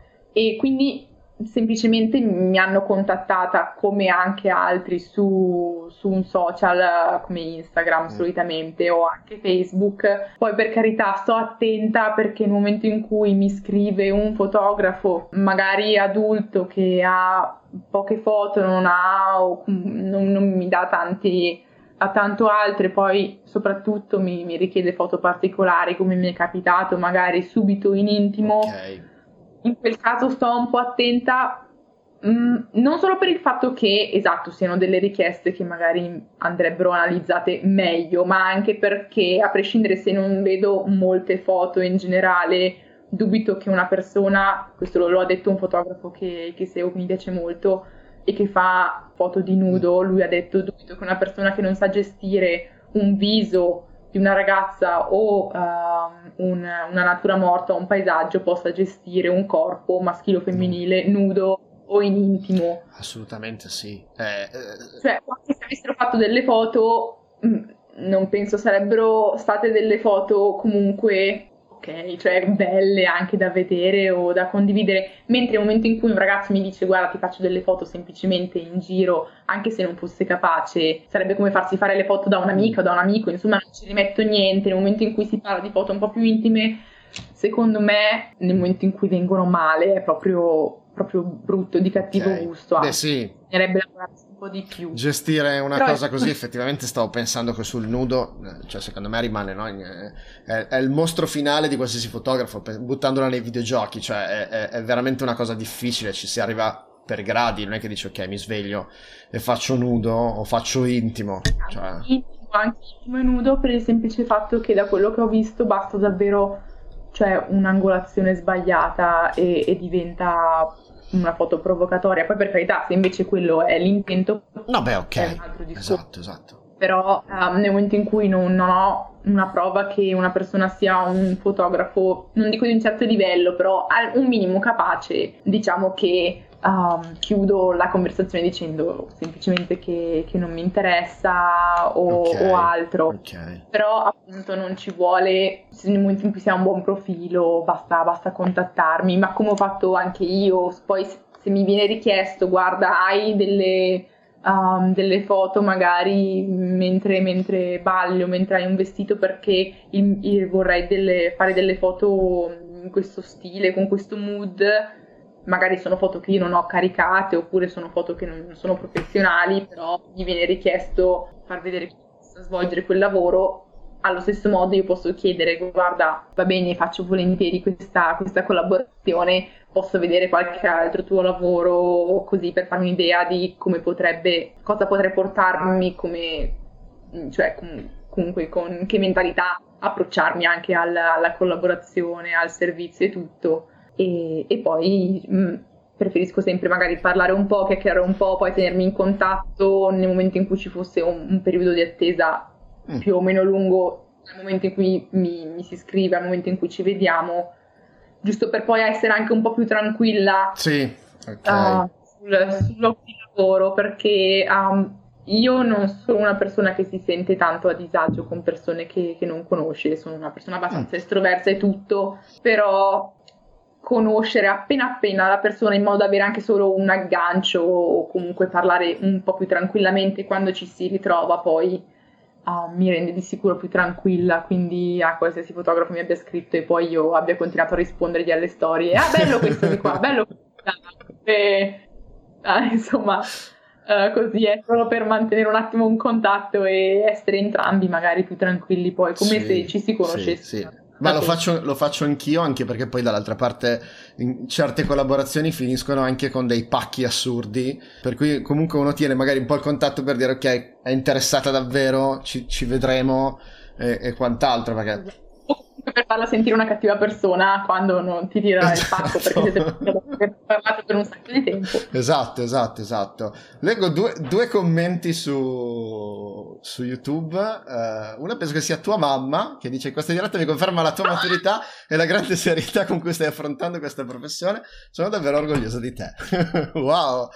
[SPEAKER 2] E quindi semplicemente mi hanno contattata, come anche altri, su, su un social come Instagram mm. solitamente, o anche Facebook. Poi per carità sto attenta, perché nel momento in cui mi scrive un fotografo magari adulto che ha poche foto, non ha o non, non mi dà tanti a tanto altre, poi soprattutto mi, mi richiede foto particolari, come mi è capitato magari subito in intimo.
[SPEAKER 1] Okay.
[SPEAKER 2] In quel caso sto un po' attenta, mh, non solo per il fatto che, esatto, siano delle richieste che magari andrebbero analizzate meglio, ma anche perché, a prescindere se non vedo molte foto in generale, dubito che una persona, questo lo, lo ha detto un fotografo che, che seguo, che mi piace molto, e che fa foto di nudo, lui ha detto, dubito che una persona che non sa gestire un viso di una ragazza o uh, un, una natura morta o un paesaggio possa gestire un corpo maschile o femminile nudo o in intimo.
[SPEAKER 1] Assolutamente sì. Eh, eh...
[SPEAKER 2] Cioè, se avessero fatto delle foto, mh, non penso sarebbero state delle foto comunque ok, cioè belle anche da vedere o da condividere, mentre nel momento in cui un ragazzo mi dice guarda ti faccio delle foto semplicemente in giro, anche se non fosse capace, sarebbe come farsi fare le foto da un'amica o da un amico, insomma non ci rimetto niente. Nel momento in cui si parla di foto un po' più intime, secondo me nel momento in cui vengono male è proprio, proprio brutto, di cattivo okay. gusto.
[SPEAKER 1] Beh sì,
[SPEAKER 2] bisognerebbe lavorarsi un po' di più.
[SPEAKER 1] Gestire una Però cosa è... così, effettivamente stavo pensando che sul nudo, cioè secondo me rimane, no? è, è il mostro finale di qualsiasi fotografo, buttandola nei videogiochi, cioè è, è, è veramente una cosa difficile, ci si arriva per gradi, non è che dici ok mi sveglio e faccio nudo o faccio intimo, cioè...
[SPEAKER 2] anche come nudo per il semplice fatto che da quello che ho visto basta davvero, cioè, un'angolazione sbagliata e, e diventa una foto provocatoria. Poi per carità, se invece quello è l'intento,
[SPEAKER 1] no beh ok,
[SPEAKER 2] è un altro discorso.
[SPEAKER 1] esatto, esatto.
[SPEAKER 2] Però um, nel momento in cui non, non ho una prova che una persona sia un fotografo, non dico di un certo livello, però un minimo capace, diciamo che um, chiudo la conversazione dicendo semplicemente che, che non mi interessa o,
[SPEAKER 1] okay,
[SPEAKER 2] o altro.
[SPEAKER 1] okay.
[SPEAKER 2] Però appunto non ci vuole, nel momento in cui si ha un buon profilo basta, basta contattarmi, ma come ho fatto anche io. Poi se, se mi viene richiesto, guarda, hai delle... Um, delle foto magari mentre, mentre balli o mentre hai un vestito, perché il, il vorrei delle, fare delle foto in questo stile, con questo mood, magari sono foto che io non ho caricate oppure sono foto che non sono professionali, però mi viene richiesto far vedere che posso svolgere quel lavoro. Allo stesso modo io posso chiedere, guarda, va bene, faccio volentieri questa, questa collaborazione, posso vedere qualche altro tuo lavoro, così per farmi un'idea di come potrebbe, cosa potrei portarmi, come, cioè comunque con che mentalità approcciarmi anche alla, alla collaborazione, al servizio e tutto. E, e poi mh, preferisco sempre magari parlare un po', chiacchierare un po', poi tenermi in contatto nel momento in cui ci fosse un, un periodo di attesa più o meno lungo, al momento in cui mi, mi si iscrive, al momento in cui ci vediamo, giusto per poi essere anche un po' più tranquilla,
[SPEAKER 1] sì, ok,
[SPEAKER 2] uh, sul, sul loco di lavoro, perché um, io non sono una persona che si sente tanto a disagio con persone che, che non conosce, sono una persona abbastanza mm. estroversa e tutto, però conoscere appena appena la persona in modo da avere anche solo un aggancio o comunque parlare un po' più tranquillamente quando ci si ritrova poi Uh, mi rende di sicuro più tranquilla, quindi a qualsiasi fotografo mi abbia scritto e poi io abbia continuato a rispondergli alle storie, ah bello questo di qua, bello questo e, uh, insomma uh, così è solo per mantenere un attimo un contatto e essere entrambi magari più tranquilli poi, come sì, se ci si conoscesse.
[SPEAKER 1] Sì, sì. Ma lo faccio, lo faccio anch'io, anche perché poi dall'altra parte in certe collaborazioni finiscono anche con dei pacchi assurdi, per cui comunque uno tiene magari un po' il contatto per dire ok, è interessata davvero, ci, ci vedremo e, e quant'altro, perché...
[SPEAKER 2] per farla sentire una cattiva persona quando non ti tira il pacco, perché siete parlato per un sacco di tempo.
[SPEAKER 1] Esatto, esatto, esatto. Leggo due, due commenti su, su YouTube. Uh, una penso che sia tua mamma, che dice: questa diretta mi conferma la tua maturità e la grande serietà con cui stai affrontando questa professione. Sono davvero orgoglioso di te. Wow.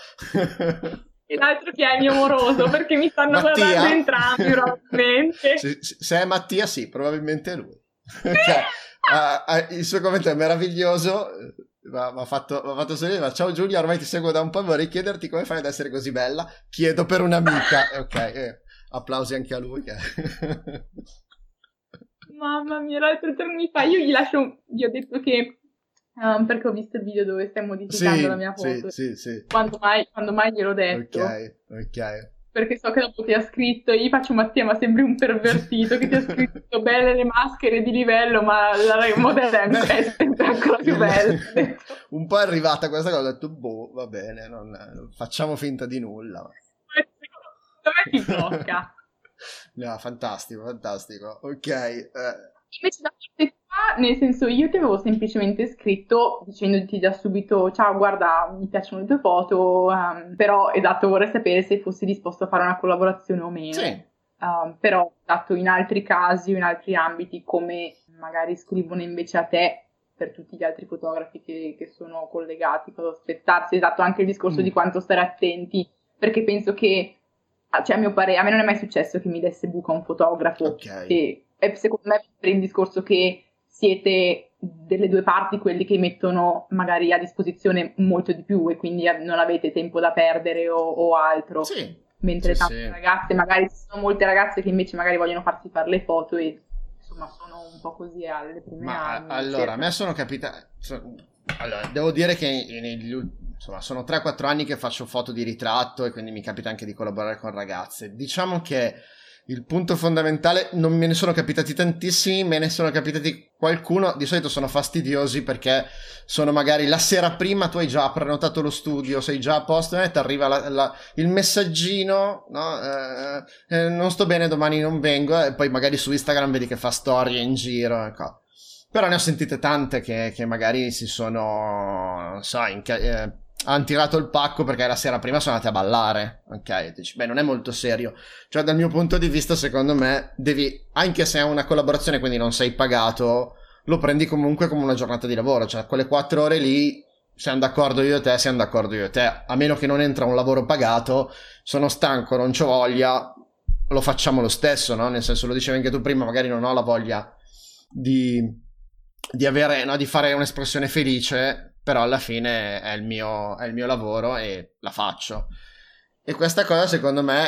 [SPEAKER 2] E l'altro che è il mio moroso, perché mi stanno
[SPEAKER 1] Mattia?
[SPEAKER 2] guardando entrambi probabilmente.
[SPEAKER 1] Se, se è Mattia, sì, probabilmente è lui. Cioè, uh, uh, il suo commento è meraviglioso, mi ha fatto, fatto sorridere. Ciao Giulia, ormai ti seguo da un po' e vorrei chiederti come fai ad essere così bella. Chiedo per un'amica. Ok, eh, applausi anche a lui che...
[SPEAKER 2] Mamma mia, l'altro giorno mi fa, io gli lascio, gli ho detto che um, perché ho visto il video dove stai modificando
[SPEAKER 1] sì,
[SPEAKER 2] la mia foto,
[SPEAKER 1] sì, sì, sì.
[SPEAKER 2] Quando mai, quando mai gliel'ho detto,
[SPEAKER 1] ok, ok,
[SPEAKER 2] perché so che dopo ti ha scritto, io faccio Mattia ma sembri un pervertito che ti ha scritto belle le maschere di livello ma la modella è sempre ancora più bella.
[SPEAKER 1] Un po' è arrivata questa cosa, ho detto boh, va bene, non, non facciamo finta di nulla.
[SPEAKER 2] Dove ti tocca?
[SPEAKER 1] No, fantastico, fantastico, ok. Eh.
[SPEAKER 2] Invece da parte tua, nel senso, io ti avevo semplicemente scritto dicendoti già subito ciao, guarda, mi piacciono le tue foto, um, però esatto, vorrei sapere se fossi disposto a fare una collaborazione o meno.
[SPEAKER 1] Sì.
[SPEAKER 2] Um, però esatto, in altri casi o in altri ambiti, come magari scrivono invece a te per tutti gli altri fotografi che, che sono collegati, cosa aspettarsi, esatto, anche il discorso mm. di quanto stare attenti, perché penso che, cioè a mio parere, a me non è mai successo che mi desse buca un fotografo,
[SPEAKER 1] okay.
[SPEAKER 2] che è secondo me per il discorso che siete delle due parti quelli che mettono magari a disposizione molto di più e quindi non avete tempo da perdere o, o altro.
[SPEAKER 1] Sì.
[SPEAKER 2] Mentre
[SPEAKER 1] sì,
[SPEAKER 2] tante
[SPEAKER 1] sì.
[SPEAKER 2] ragazze, magari ci sono molte ragazze che invesse magari vogliono farsi fare le foto e insomma sono un po' così alle prime
[SPEAKER 1] Ma
[SPEAKER 2] armi.
[SPEAKER 1] allora, a me sono capita... Allora, devo dire che negli, insomma, sono tre quattro anni che faccio foto di ritratto e quindi mi capita anche di collaborare con ragazze. Diciamo che il punto fondamentale, non me ne sono capitati tantissimi, me ne sono capitati qualcuno, di solito sono fastidiosi perché sono magari la sera prima, tu hai già prenotato lo studio, sei già a posto e ti arriva la, la, il messaggino, no? Eh, eh, non sto bene, domani non vengo, e poi magari su Instagram vedi che fa storie in giro, ecco. Però ne ho sentite tante che, che magari si sono, non so, inca- eh, hanno tirato il pacco perché la sera prima sono andati a ballare, ok? Dici, beh, non è molto serio. Cioè, dal mio punto di vista, secondo me, devi, anche se è una collaborazione, quindi non sei pagato, lo prendi comunque come una giornata di lavoro. Cioè, quelle quattro ore lì, siamo d'accordo io e te, siamo d'accordo io e te. A meno che non entra un lavoro pagato, sono stanco, non c'ho voglia, lo facciamo lo stesso, no? Nel senso, lo dicevi anche tu prima, magari non ho la voglia di... di avere, no, di fare un'espressione felice, però alla fine è il mio, è il mio lavoro e la faccio. E questa cosa secondo me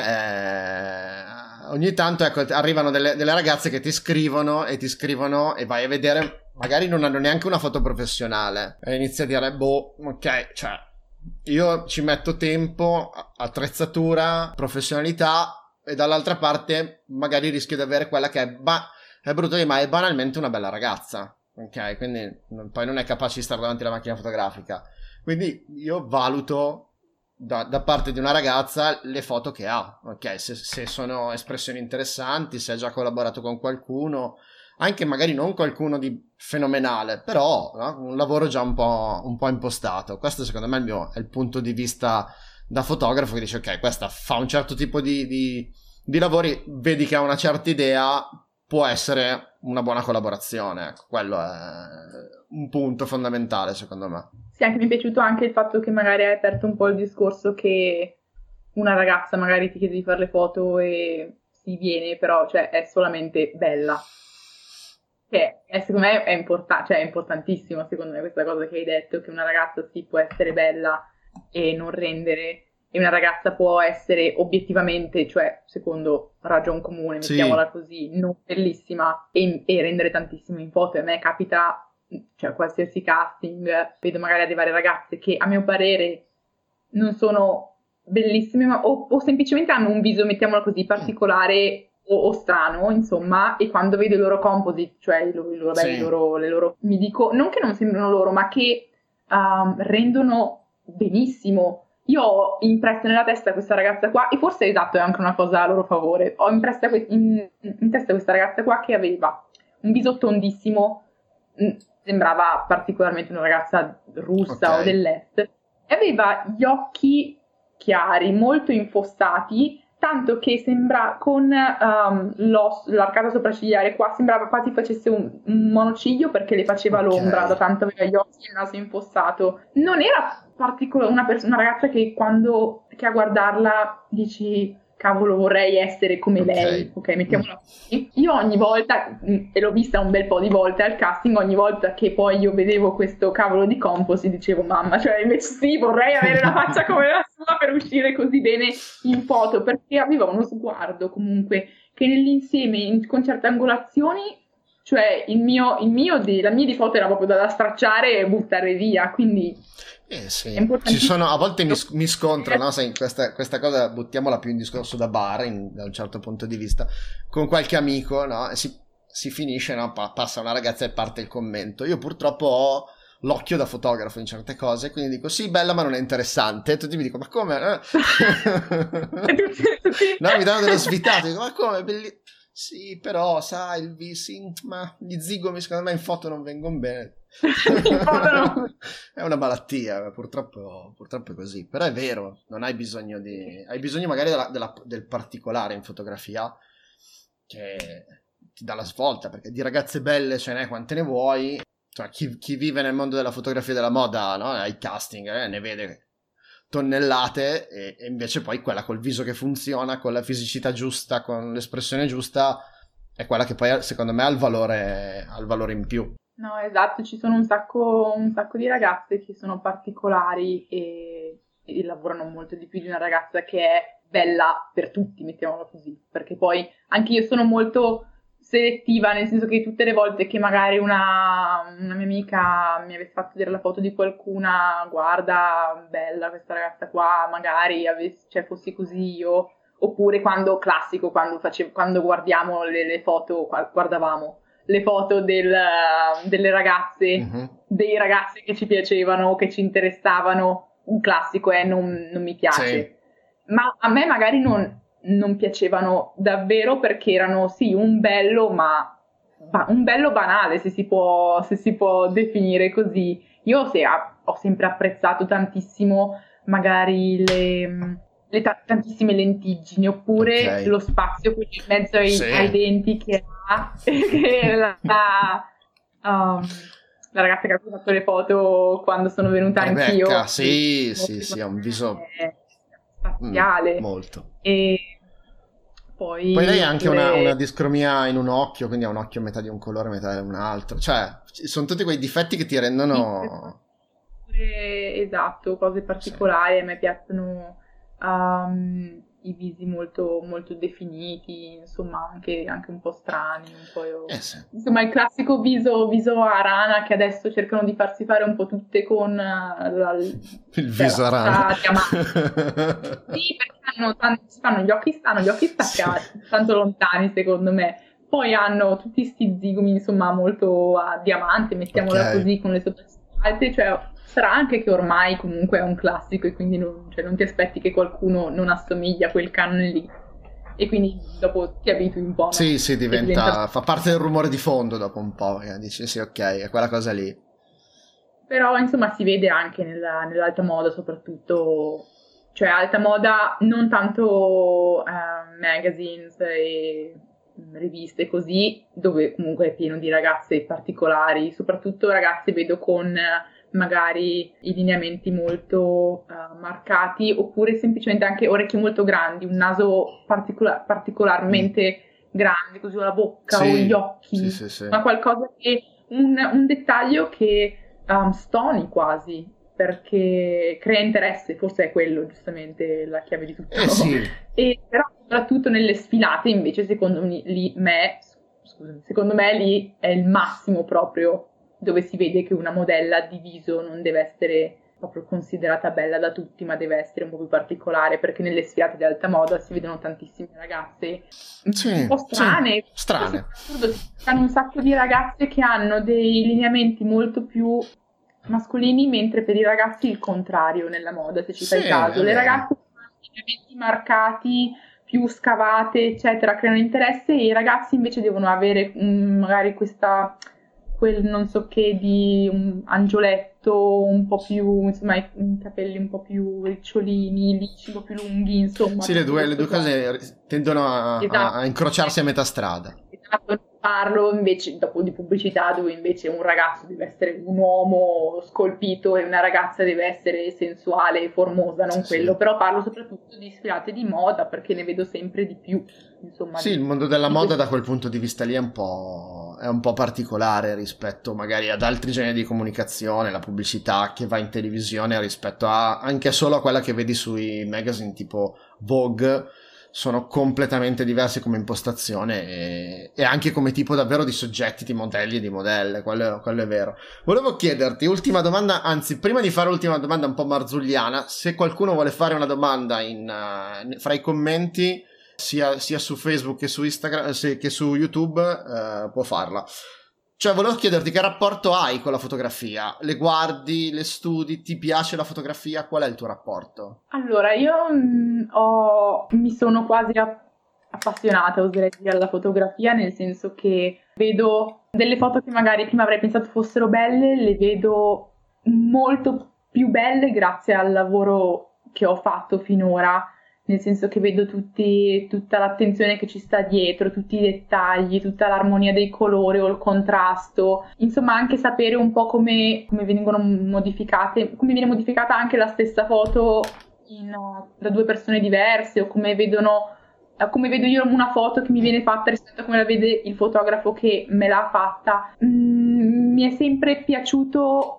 [SPEAKER 1] è... ogni tanto, ecco, arrivano delle, delle ragazze che ti scrivono e ti scrivono e vai a vedere, magari non hanno neanche una foto professionale e inizi a dire, boh, ok, cioè io ci metto tempo, attrezzatura, professionalità, e dall'altra parte magari rischio di avere quella che è, ba- è brutto ma è banalmente una bella ragazza. Ok, quindi poi non è capace di stare davanti alla macchina fotografica. Quindi io valuto da, da parte di una ragazza le foto che ha. Ok, se, se sono espressioni interessanti, se ha già collaborato con qualcuno, anche magari non qualcuno di fenomenale, però no? Un lavoro già un po', un po' impostato. Questo secondo me è il mio è il punto di vista da fotografo, che dice ok, questa fa un certo tipo di, di, di lavori, vedi che ha una certa idea, può essere una buona collaborazione. Ecco, quello è un punto fondamentale secondo me.
[SPEAKER 2] Sì, anche mi è piaciuto anche il fatto che magari hai aperto un po' il discorso che una ragazza magari ti chiede di fare le foto e si viene, però cioè, è solamente bella. Che è, secondo me è, importa- cioè, è importantissimo, secondo me, questa cosa che hai detto, che una ragazza sì può essere bella e non rendere, e una ragazza può essere obiettivamente, cioè secondo ragion comune,
[SPEAKER 1] Sì.
[SPEAKER 2] mettiamola così, non bellissima e, e rendere tantissimo in foto. A me capita, cioè qualsiasi casting, vedo magari arrivare ragazze che a mio parere non sono bellissime, ma o, o semplicemente hanno un viso, mettiamola così, particolare o, o strano, insomma, e quando vedo i loro composite, cioè i loro, i loro,
[SPEAKER 1] Sì.
[SPEAKER 2] beh, i loro, le loro, mi dico, non che non sembrano loro, ma che um, rendono benissimo. Io ho impresso nella testa questa ragazza qua, e forse esatto, è anche una cosa a loro favore, ho impressa que- in, in testa questa ragazza qua che aveva un viso tondissimo, mh, sembrava particolarmente una ragazza russa
[SPEAKER 1] Ok.
[SPEAKER 2] o dell'est, e aveva gli occhi chiari, molto infossati, tanto che sembra con um, l'os- l'arcata sopraccigliare qua sembrava quasi facesse un, un monociglio, perché le faceva
[SPEAKER 1] Ok.
[SPEAKER 2] l'ombra da tanto aveva gli occhi e il naso infossato. Non era particolare una, pers- una ragazza che quando che a guardarla dici cavolo vorrei essere come
[SPEAKER 1] Ok.
[SPEAKER 2] lei, ok, mettiamola così. Io ogni volta, mh, e l'ho vista un bel po' di volte al casting, ogni volta che poi io vedevo questo cavolo di composi dicevo mamma, cioè invece sì, vorrei avere la faccia come la sua per uscire così bene in foto, perché aveva uno sguardo comunque che nell'insieme, in- con certe angolazioni, cioè il mio, il mio di, la mia di foto era proprio da stracciare e buttare via, quindi
[SPEAKER 1] Eh
[SPEAKER 2] è
[SPEAKER 1] sì, ci sono,
[SPEAKER 2] importantissimo.
[SPEAKER 1] a volte mi, mi scontro, no? Sai, questa, questa cosa buttiamola più in discorso da bar, in- da un certo punto di vista, con qualche amico, no? E si, si finisce, no? Pa- passa una ragazza e parte il commento. Io purtroppo ho l'occhio da fotografo in certe cose, quindi dico sì, bella ma non è interessante. E tutti mi dicono, ma come? Eh? No, mi danno dello svitato, dico, ma come? Belli- Sì, però, sai, il V, sì, ma gli zigomi secondo me in foto non vengono bene. È una malattia, purtroppo, purtroppo è così, però è vero, non hai bisogno di... hai bisogno magari della- della- del particolare in fotografia che ti dà la svolta, perché di ragazze belle ce n'è quante ne vuoi, cioè chi, chi vive nel mondo della fotografia e della moda, no? Ai casting, eh, ne vede tonnellate, e, e invece poi quella col viso che funziona, con la fisicità giusta, con l'espressione giusta, è quella che poi secondo me ha il valore, ha il valore in più.
[SPEAKER 2] No, esatto, ci sono un sacco, un sacco di ragazze che sono particolari e, e lavorano molto di più di una ragazza che è bella per tutti, mettiamola così, perché poi anche io sono molto selettiva, nel senso che tutte le volte che magari una, una mia amica mi avesse fatto vedere la foto di qualcuna, guarda, bella questa ragazza qua, magari avessi, cioè, fossi così io, oppure quando, classico, quando, facevo, quando guardiamo le, le foto, guardavamo le foto del, delle ragazze,
[SPEAKER 1] Mhm.
[SPEAKER 2] dei ragazzi che ci piacevano, che ci interessavano. Un classico, eh, non, non mi piace.
[SPEAKER 1] Sì.
[SPEAKER 2] Ma a me magari non, non piacevano davvero perché erano sì un bello, ma ba- un bello banale, se si può, se si può definire così. Io se- ho sempre apprezzato tantissimo magari le, le ta- tantissime lentiggini, oppure
[SPEAKER 1] Ok.
[SPEAKER 2] lo spazio quello in mezzo ai,
[SPEAKER 1] Sì.
[SPEAKER 2] ai denti che ha, che la, la, um, la ragazza che ha fatto le foto quando sono venuta
[SPEAKER 1] Rebecca,
[SPEAKER 2] anch'io,
[SPEAKER 1] sì,
[SPEAKER 2] bellissimo,
[SPEAKER 1] sì, sì, ha un
[SPEAKER 2] secondo
[SPEAKER 1] viso
[SPEAKER 2] me è
[SPEAKER 1] mm,
[SPEAKER 2] spaziale.
[SPEAKER 1] molto.
[SPEAKER 2] E
[SPEAKER 1] Poi lei ha
[SPEAKER 2] poi
[SPEAKER 1] anche una,
[SPEAKER 2] pure
[SPEAKER 1] una discromia in un occhio, quindi ha un occhio metà di un colore, metà di un altro. Cioè, ci- sono tutti quei difetti che ti rendono...
[SPEAKER 2] pure, esatto, cose
[SPEAKER 1] Sì.
[SPEAKER 2] particolari. A me piacciono um, i visi molto, molto definiti, insomma, anche, anche un po' strani, un po'...
[SPEAKER 1] Eh sì.
[SPEAKER 2] Insomma, il classico viso, viso a rana che adesso cercano di farsi fare un po' tutte con eh, la,
[SPEAKER 1] Il
[SPEAKER 2] cioè,
[SPEAKER 1] viso
[SPEAKER 2] la
[SPEAKER 1] a rana.
[SPEAKER 2] faccia diamante. Sì, perché hanno, tan- si fanno gli occhi, hanno gli occhi
[SPEAKER 1] Sì.
[SPEAKER 2] staccati, tanto lontani secondo me. Poi hanno tutti sti zigomi, insomma, molto a diamante, mettiamola
[SPEAKER 1] Ok.
[SPEAKER 2] così, con le sopracciglia alte, cioè sarà anche che ormai comunque è un classico e quindi non, cioè, non ti aspetti che qualcuno non assomiglia a quel canone lì. E quindi dopo ti abitui un po', no?
[SPEAKER 1] Sì, sì,
[SPEAKER 2] Che diventa...
[SPEAKER 1] diventa... fa parte del rumore di fondo dopo un po', eh, dici sì, ok, è quella cosa lì.
[SPEAKER 2] Però insomma si vede anche nella- nell'alta moda soprattutto, cioè alta moda non tanto eh, magazines e riviste così, dove comunque è pieno di ragazze particolari, soprattutto ragazze vedo con eh, magari i lineamenti molto eh, marcati oppure semplicemente anche orecchie molto grandi, un naso particola- particolarmente grande, così o la bocca o gli
[SPEAKER 1] Sì,
[SPEAKER 2] occhi,
[SPEAKER 1] sì, sì, sì.
[SPEAKER 2] ma qualcosa che, un, un dettaglio che um, stoni quasi, perché crea interesse, forse è quello giustamente la chiave di tutto.
[SPEAKER 1] Eh sì,
[SPEAKER 2] E però soprattutto nelle sfilate invece secondo me, lì, me, scusami, secondo me lì è il massimo proprio dove si vede che una modella di viso non deve essere proprio considerata bella da tutti, ma deve essere un po' più particolare, perché nelle sfilate di alta moda si vedono tantissime ragazze
[SPEAKER 1] sì,
[SPEAKER 2] un po'
[SPEAKER 1] sì,
[SPEAKER 2] strane.
[SPEAKER 1] strane.
[SPEAKER 2] Assurdo, si hanno un sacco di ragazze che hanno dei lineamenti molto più mascolini, mentre per i ragazzi il contrario nella moda, se ci
[SPEAKER 1] Sì,
[SPEAKER 2] fai caso.
[SPEAKER 1] è
[SPEAKER 2] Le
[SPEAKER 1] vero.
[SPEAKER 2] ragazze hanno lineamenti marcati, più scavate, eccetera, creano interesse e i ragazzi invece devono avere mm, magari questa quel non so che di un angioletto un po' più, insomma, i i capelli un po' più ricciolini, i lisci un po' più lunghi, insomma,
[SPEAKER 1] Sì, le
[SPEAKER 2] tutto
[SPEAKER 1] due, le due
[SPEAKER 2] questo qua.
[SPEAKER 1] cose tendono a, a-
[SPEAKER 2] Esatto.
[SPEAKER 1] a incrociarsi a metà strada.
[SPEAKER 2] Esatto, parlo invece dopo di pubblicità dove invece un ragazzo deve essere un uomo scolpito e una ragazza deve essere sensuale e formosa, non
[SPEAKER 1] Sì,
[SPEAKER 2] quello,
[SPEAKER 1] sì.
[SPEAKER 2] però parlo soprattutto di sfilate di moda perché ne vedo sempre di più, insomma,
[SPEAKER 1] Sì, il
[SPEAKER 2] di,
[SPEAKER 1] mondo della
[SPEAKER 2] di
[SPEAKER 1] moda
[SPEAKER 2] questo.
[SPEAKER 1] da quel punto di vista lì è un po', è un po' particolare rispetto magari ad altri generi di comunicazione, la pubblicità che va in televisione rispetto a anche solo a quella che vedi sui magazine tipo Vogue, sono completamente diversi come impostazione e, e anche come tipo davvero di soggetti, di modelli e di modelle, quello, quello è vero. Volevo chiederti, ultima domanda, anzi prima di fare l'ultima domanda un po' marzulliana, se qualcuno vuole fare una domanda in, uh, fra i commenti sia, sia su Facebook che su Instagram se, che su YouTube uh, può farla. Cioè volevo chiederti che rapporto hai con la fotografia, le guardi, le studi, ti piace la fotografia, qual è il tuo rapporto?
[SPEAKER 2] Allora, io mh, ho- mi sono quasi a- appassionata, oserei dire, alla fotografia, nel senso che vedo delle foto che magari prima avrei pensato fossero belle, le vedo molto più belle grazie al lavoro che ho fatto finora, nel senso che vedo tutti- tutta l'attenzione che ci sta dietro, tutti i dettagli, tutta l'armonia dei colori o il contrasto, insomma anche sapere un po' come, come vengono modificate, come viene modificata anche la stessa foto in, uh, da due persone diverse o come vedono, uh, come vedo io una foto che mi viene fatta rispetto a come la vede il fotografo che me l'ha fatta. Mm, mi è sempre piaciuto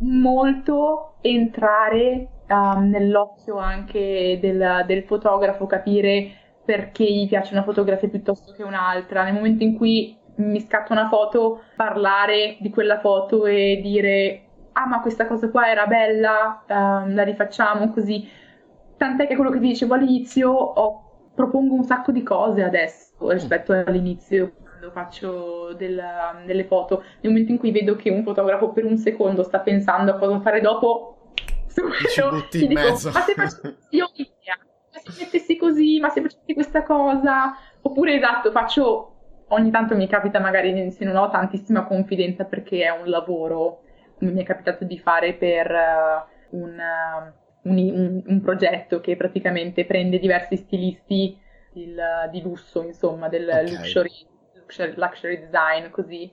[SPEAKER 2] molto entrare um, nell'occhio anche del, del fotografo, capire perché gli piace una fotografia piuttosto che un'altra. Nel momento in cui mi scatta una foto, parlare di quella foto e dire ah ma questa cosa qua era bella, um, la rifacciamo così. Tant'è che quello che ti dicevo all'inizio, ho, propongo un sacco di cose adesso rispetto all'inizio, quando faccio del, delle foto. Nel momento in cui vedo che un fotografo per un secondo sta pensando a cosa fare dopo, subito
[SPEAKER 1] ci butti
[SPEAKER 2] gli
[SPEAKER 1] in
[SPEAKER 2] dico,
[SPEAKER 1] mezzo.
[SPEAKER 2] ma se facessi io un'idea, ma se mettessi così, ma se facessi questa cosa, oppure esatto, faccio, ogni tanto mi capita magari se non ho tantissima confidenza perché è un lavoro, come mi è capitato di fare per uh, un, uh, un, un, un progetto che praticamente prende diversi stilisti il, di lusso, insomma, del
[SPEAKER 1] Ok.
[SPEAKER 2] luxury, luxury, luxury design, così,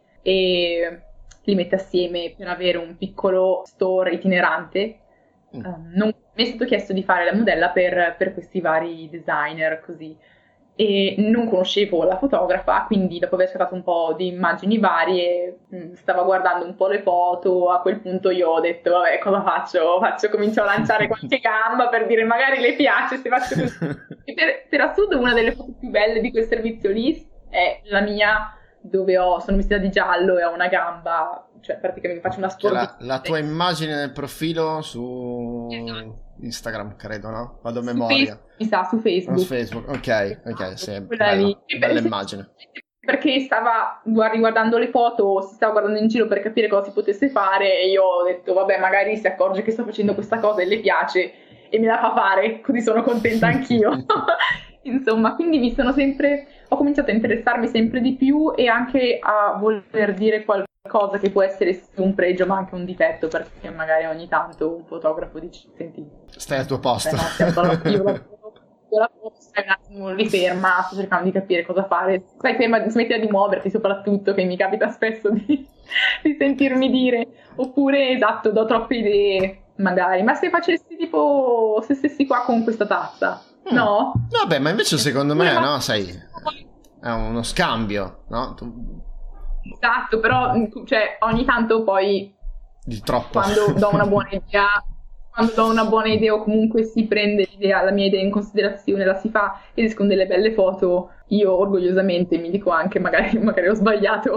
[SPEAKER 2] e li mette assieme per avere un piccolo store itinerante.
[SPEAKER 1] Mm.
[SPEAKER 2] Um, non, mi è stato chiesto di fare la modella per, per questi vari designer, così, e non conoscevo la fotografa, quindi dopo aver scattato un po' di immagini varie, mh, stavo guardando un po' le foto. A quel punto io ho detto, vabbè, cosa faccio? Faccio, comincio a lanciare qualche gamba per dire magari le piace se faccio così. E per, per assurdo una delle foto più belle di quel servizio lì è la mia, dove ho, sono vestita di giallo e ho una gamba, cioè praticamente faccio una
[SPEAKER 1] Cioè,
[SPEAKER 2] sporcizia.
[SPEAKER 1] la, la tua immagine nel profilo su
[SPEAKER 2] Esatto.
[SPEAKER 1] Instagram, credo, no? Vado a
[SPEAKER 2] Su
[SPEAKER 1] memoria.
[SPEAKER 2] Facebook, mi sa, su Facebook.
[SPEAKER 1] Su Facebook, ok, ok, sì,
[SPEAKER 2] Quella lì.
[SPEAKER 1] bella, bella immagine.
[SPEAKER 2] Perché stava guard- riguardando le foto, si stava guardando in giro per capire cosa si potesse fare, e io ho detto, vabbè, magari si accorge che sto facendo questa cosa e le piace e me la fa fare, così sono contenta anch'io. Insomma, quindi mi sono sempre, ho cominciato a interessarmi sempre di più e anche a voler dire qualcosa che può essere sì un pregio ma anche un difetto, perché magari ogni tanto un fotografo dice, senti,
[SPEAKER 1] stai al tuo posto.
[SPEAKER 2] Beh, no, io la foto, stai un attimo lì ferma, sto cercando di capire cosa fare, stai ferma, smettila di muoverti soprattutto, che mi capita spesso di, di sentirmi dire, oppure esatto, do troppe idee magari, ma se facessi tipo, se stessi qua con questa tazza,
[SPEAKER 1] Mm.
[SPEAKER 2] no?
[SPEAKER 1] Vabbè, ma invece secondo me,
[SPEAKER 2] Ma-
[SPEAKER 1] no, sai, è uno scambio, no? Tu,
[SPEAKER 2] Esatto, però cioè, ogni tanto poi
[SPEAKER 1] di troppo.
[SPEAKER 2] quando do una buona idea, quando do una buona idea o comunque si prende l'idea, la mia idea in considerazione, la si fa ed escono delle belle foto, io orgogliosamente mi dico anche magari, magari ho sbagliato,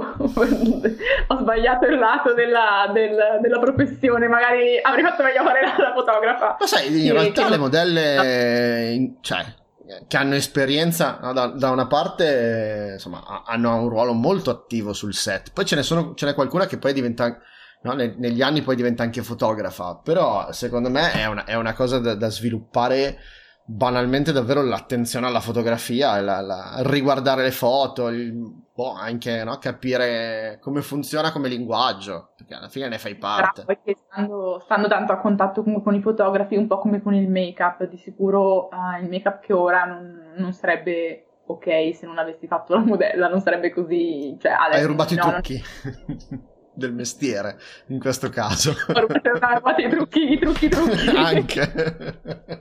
[SPEAKER 2] ho sbagliato il lato della, del- della professione, magari avrei fatto meglio a fare la, la fotografa.
[SPEAKER 1] Ma sai, in
[SPEAKER 2] Che-
[SPEAKER 1] realtà
[SPEAKER 2] che
[SPEAKER 1] le
[SPEAKER 2] non-
[SPEAKER 1] modelle, in- cioè, che hanno esperienza, no, da, da una parte, eh, insomma, ha- hanno un ruolo molto attivo sul set. Poi ce ne sono, ce n'è qualcuna che poi diventa, no, ne- negli anni poi diventa anche fotografa. Però, secondo me, è una, è una cosa da, da sviluppare banalmente davvero l'attenzione alla fotografia, la, la- riguardare le foto, il- boh, anche, no, capire come funziona come linguaggio, perché alla fine ne fai parte.
[SPEAKER 2] Bravo, perché stando, stando tanto a contatto comunque con i fotografi, un po' come con il make-up, di sicuro ah, il make-up che ora non, non sarebbe ok se non avessi fatto la modella, non sarebbe così, cioè adesso
[SPEAKER 1] Hai rubato
[SPEAKER 2] no,
[SPEAKER 1] i
[SPEAKER 2] non-
[SPEAKER 1] trucchi del mestiere, in questo caso.
[SPEAKER 2] ho rubato- ho rubato i trucchi, i trucchi, i trucchi.
[SPEAKER 1] Anche.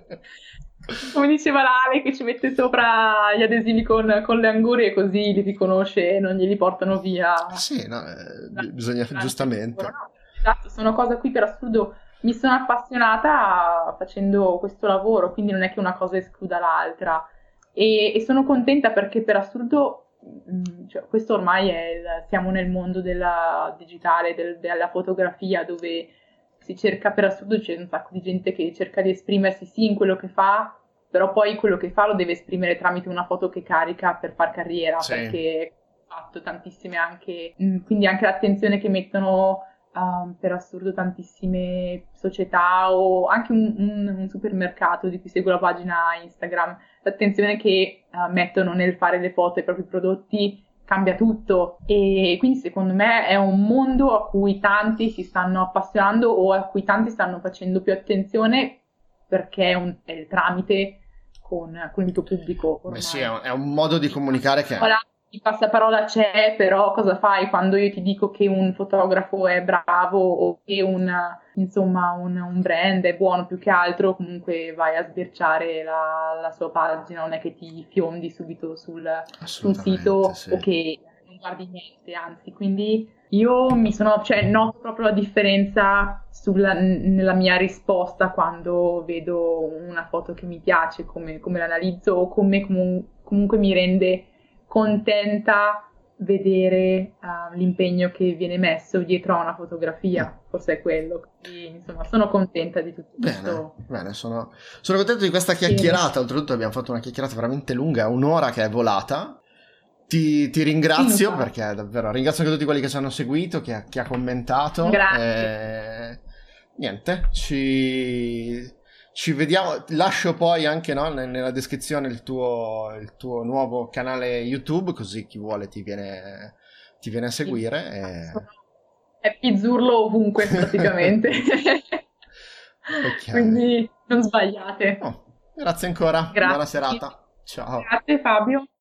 [SPEAKER 2] Come diceva l'Ale che ci mette sopra gli adesivi con, con le angurie, così li riconosce e non glieli portano via.
[SPEAKER 1] Sì, no, eh, bi- bisogna giustamente.
[SPEAKER 2] No, esatto, sono cose a cui per assurdo mi sono appassionata facendo questo lavoro, quindi non è che una cosa escluda l'altra. E, e sono contenta perché per assurdo, mh, cioè, questo ormai è il- siamo nel mondo della digitale, del- della fotografia, dove si cerca per assurdo, c'è un sacco di gente che cerca di esprimersi sì in quello che fa, però poi quello che fa lo deve esprimere tramite una foto che carica per far carriera,
[SPEAKER 1] Sì.
[SPEAKER 2] perché ho fatto tantissime anche, mh, quindi anche l'attenzione che mettono um, per assurdo tantissime società o anche un, un- un supermercato di cui seguo la pagina Instagram, l'attenzione che uh, mettono nel fare le foto ai propri prodotti cambia tutto, e quindi secondo me è un mondo a cui tanti si stanno appassionando o a cui tanti stanno facendo più attenzione, perché è, un- è il tramite con, con il tuo pubblico
[SPEAKER 1] Beh,
[SPEAKER 2] ormai.
[SPEAKER 1] sì, è un, è un modo di comunicare che...
[SPEAKER 2] Ora, il passaparola c'è, però cosa fai quando io ti dico che un fotografo è bravo o che un, insomma, un, un brand è buono, più che altro comunque vai a sbirciare la, la sua pagina, non è che ti fiondi subito sul, sul sito
[SPEAKER 1] sì.
[SPEAKER 2] o che non guardi niente, anzi, quindi io mi sono, cioè, noto proprio la differenza sulla- nella mia risposta quando vedo una foto che mi piace, come, come l'analizzo o come comu- comunque mi rende contenta vedere uh, l'impegno che viene messo dietro a una fotografia, forse è quello. Quindi, insomma, sono contenta di tutto
[SPEAKER 1] Bene,
[SPEAKER 2] questo.
[SPEAKER 1] bene, sono, sono contento di questa chiacchierata. Oltretutto abbiamo fatto una chiacchierata veramente lunga, un'ora che è volata. Ti, ti ringrazio
[SPEAKER 2] Sì,
[SPEAKER 1] perché davvero ringrazio anche tutti quelli che ci hanno seguito, chi ha, chi ha commentato.
[SPEAKER 2] grazie.
[SPEAKER 1] E... niente, ci, ci vediamo. Lascio poi anche, no, nella descrizione il tuo, il tuo nuovo canale YouTube, così chi vuole ti viene, ti viene a seguire. E...
[SPEAKER 2] è Pizzurlo ovunque praticamente.
[SPEAKER 1] Ok.
[SPEAKER 2] Quindi non sbagliate.
[SPEAKER 1] Oh, grazie ancora, buona
[SPEAKER 2] Grazie.
[SPEAKER 1] serata. Ciao.
[SPEAKER 2] Grazie Fabio.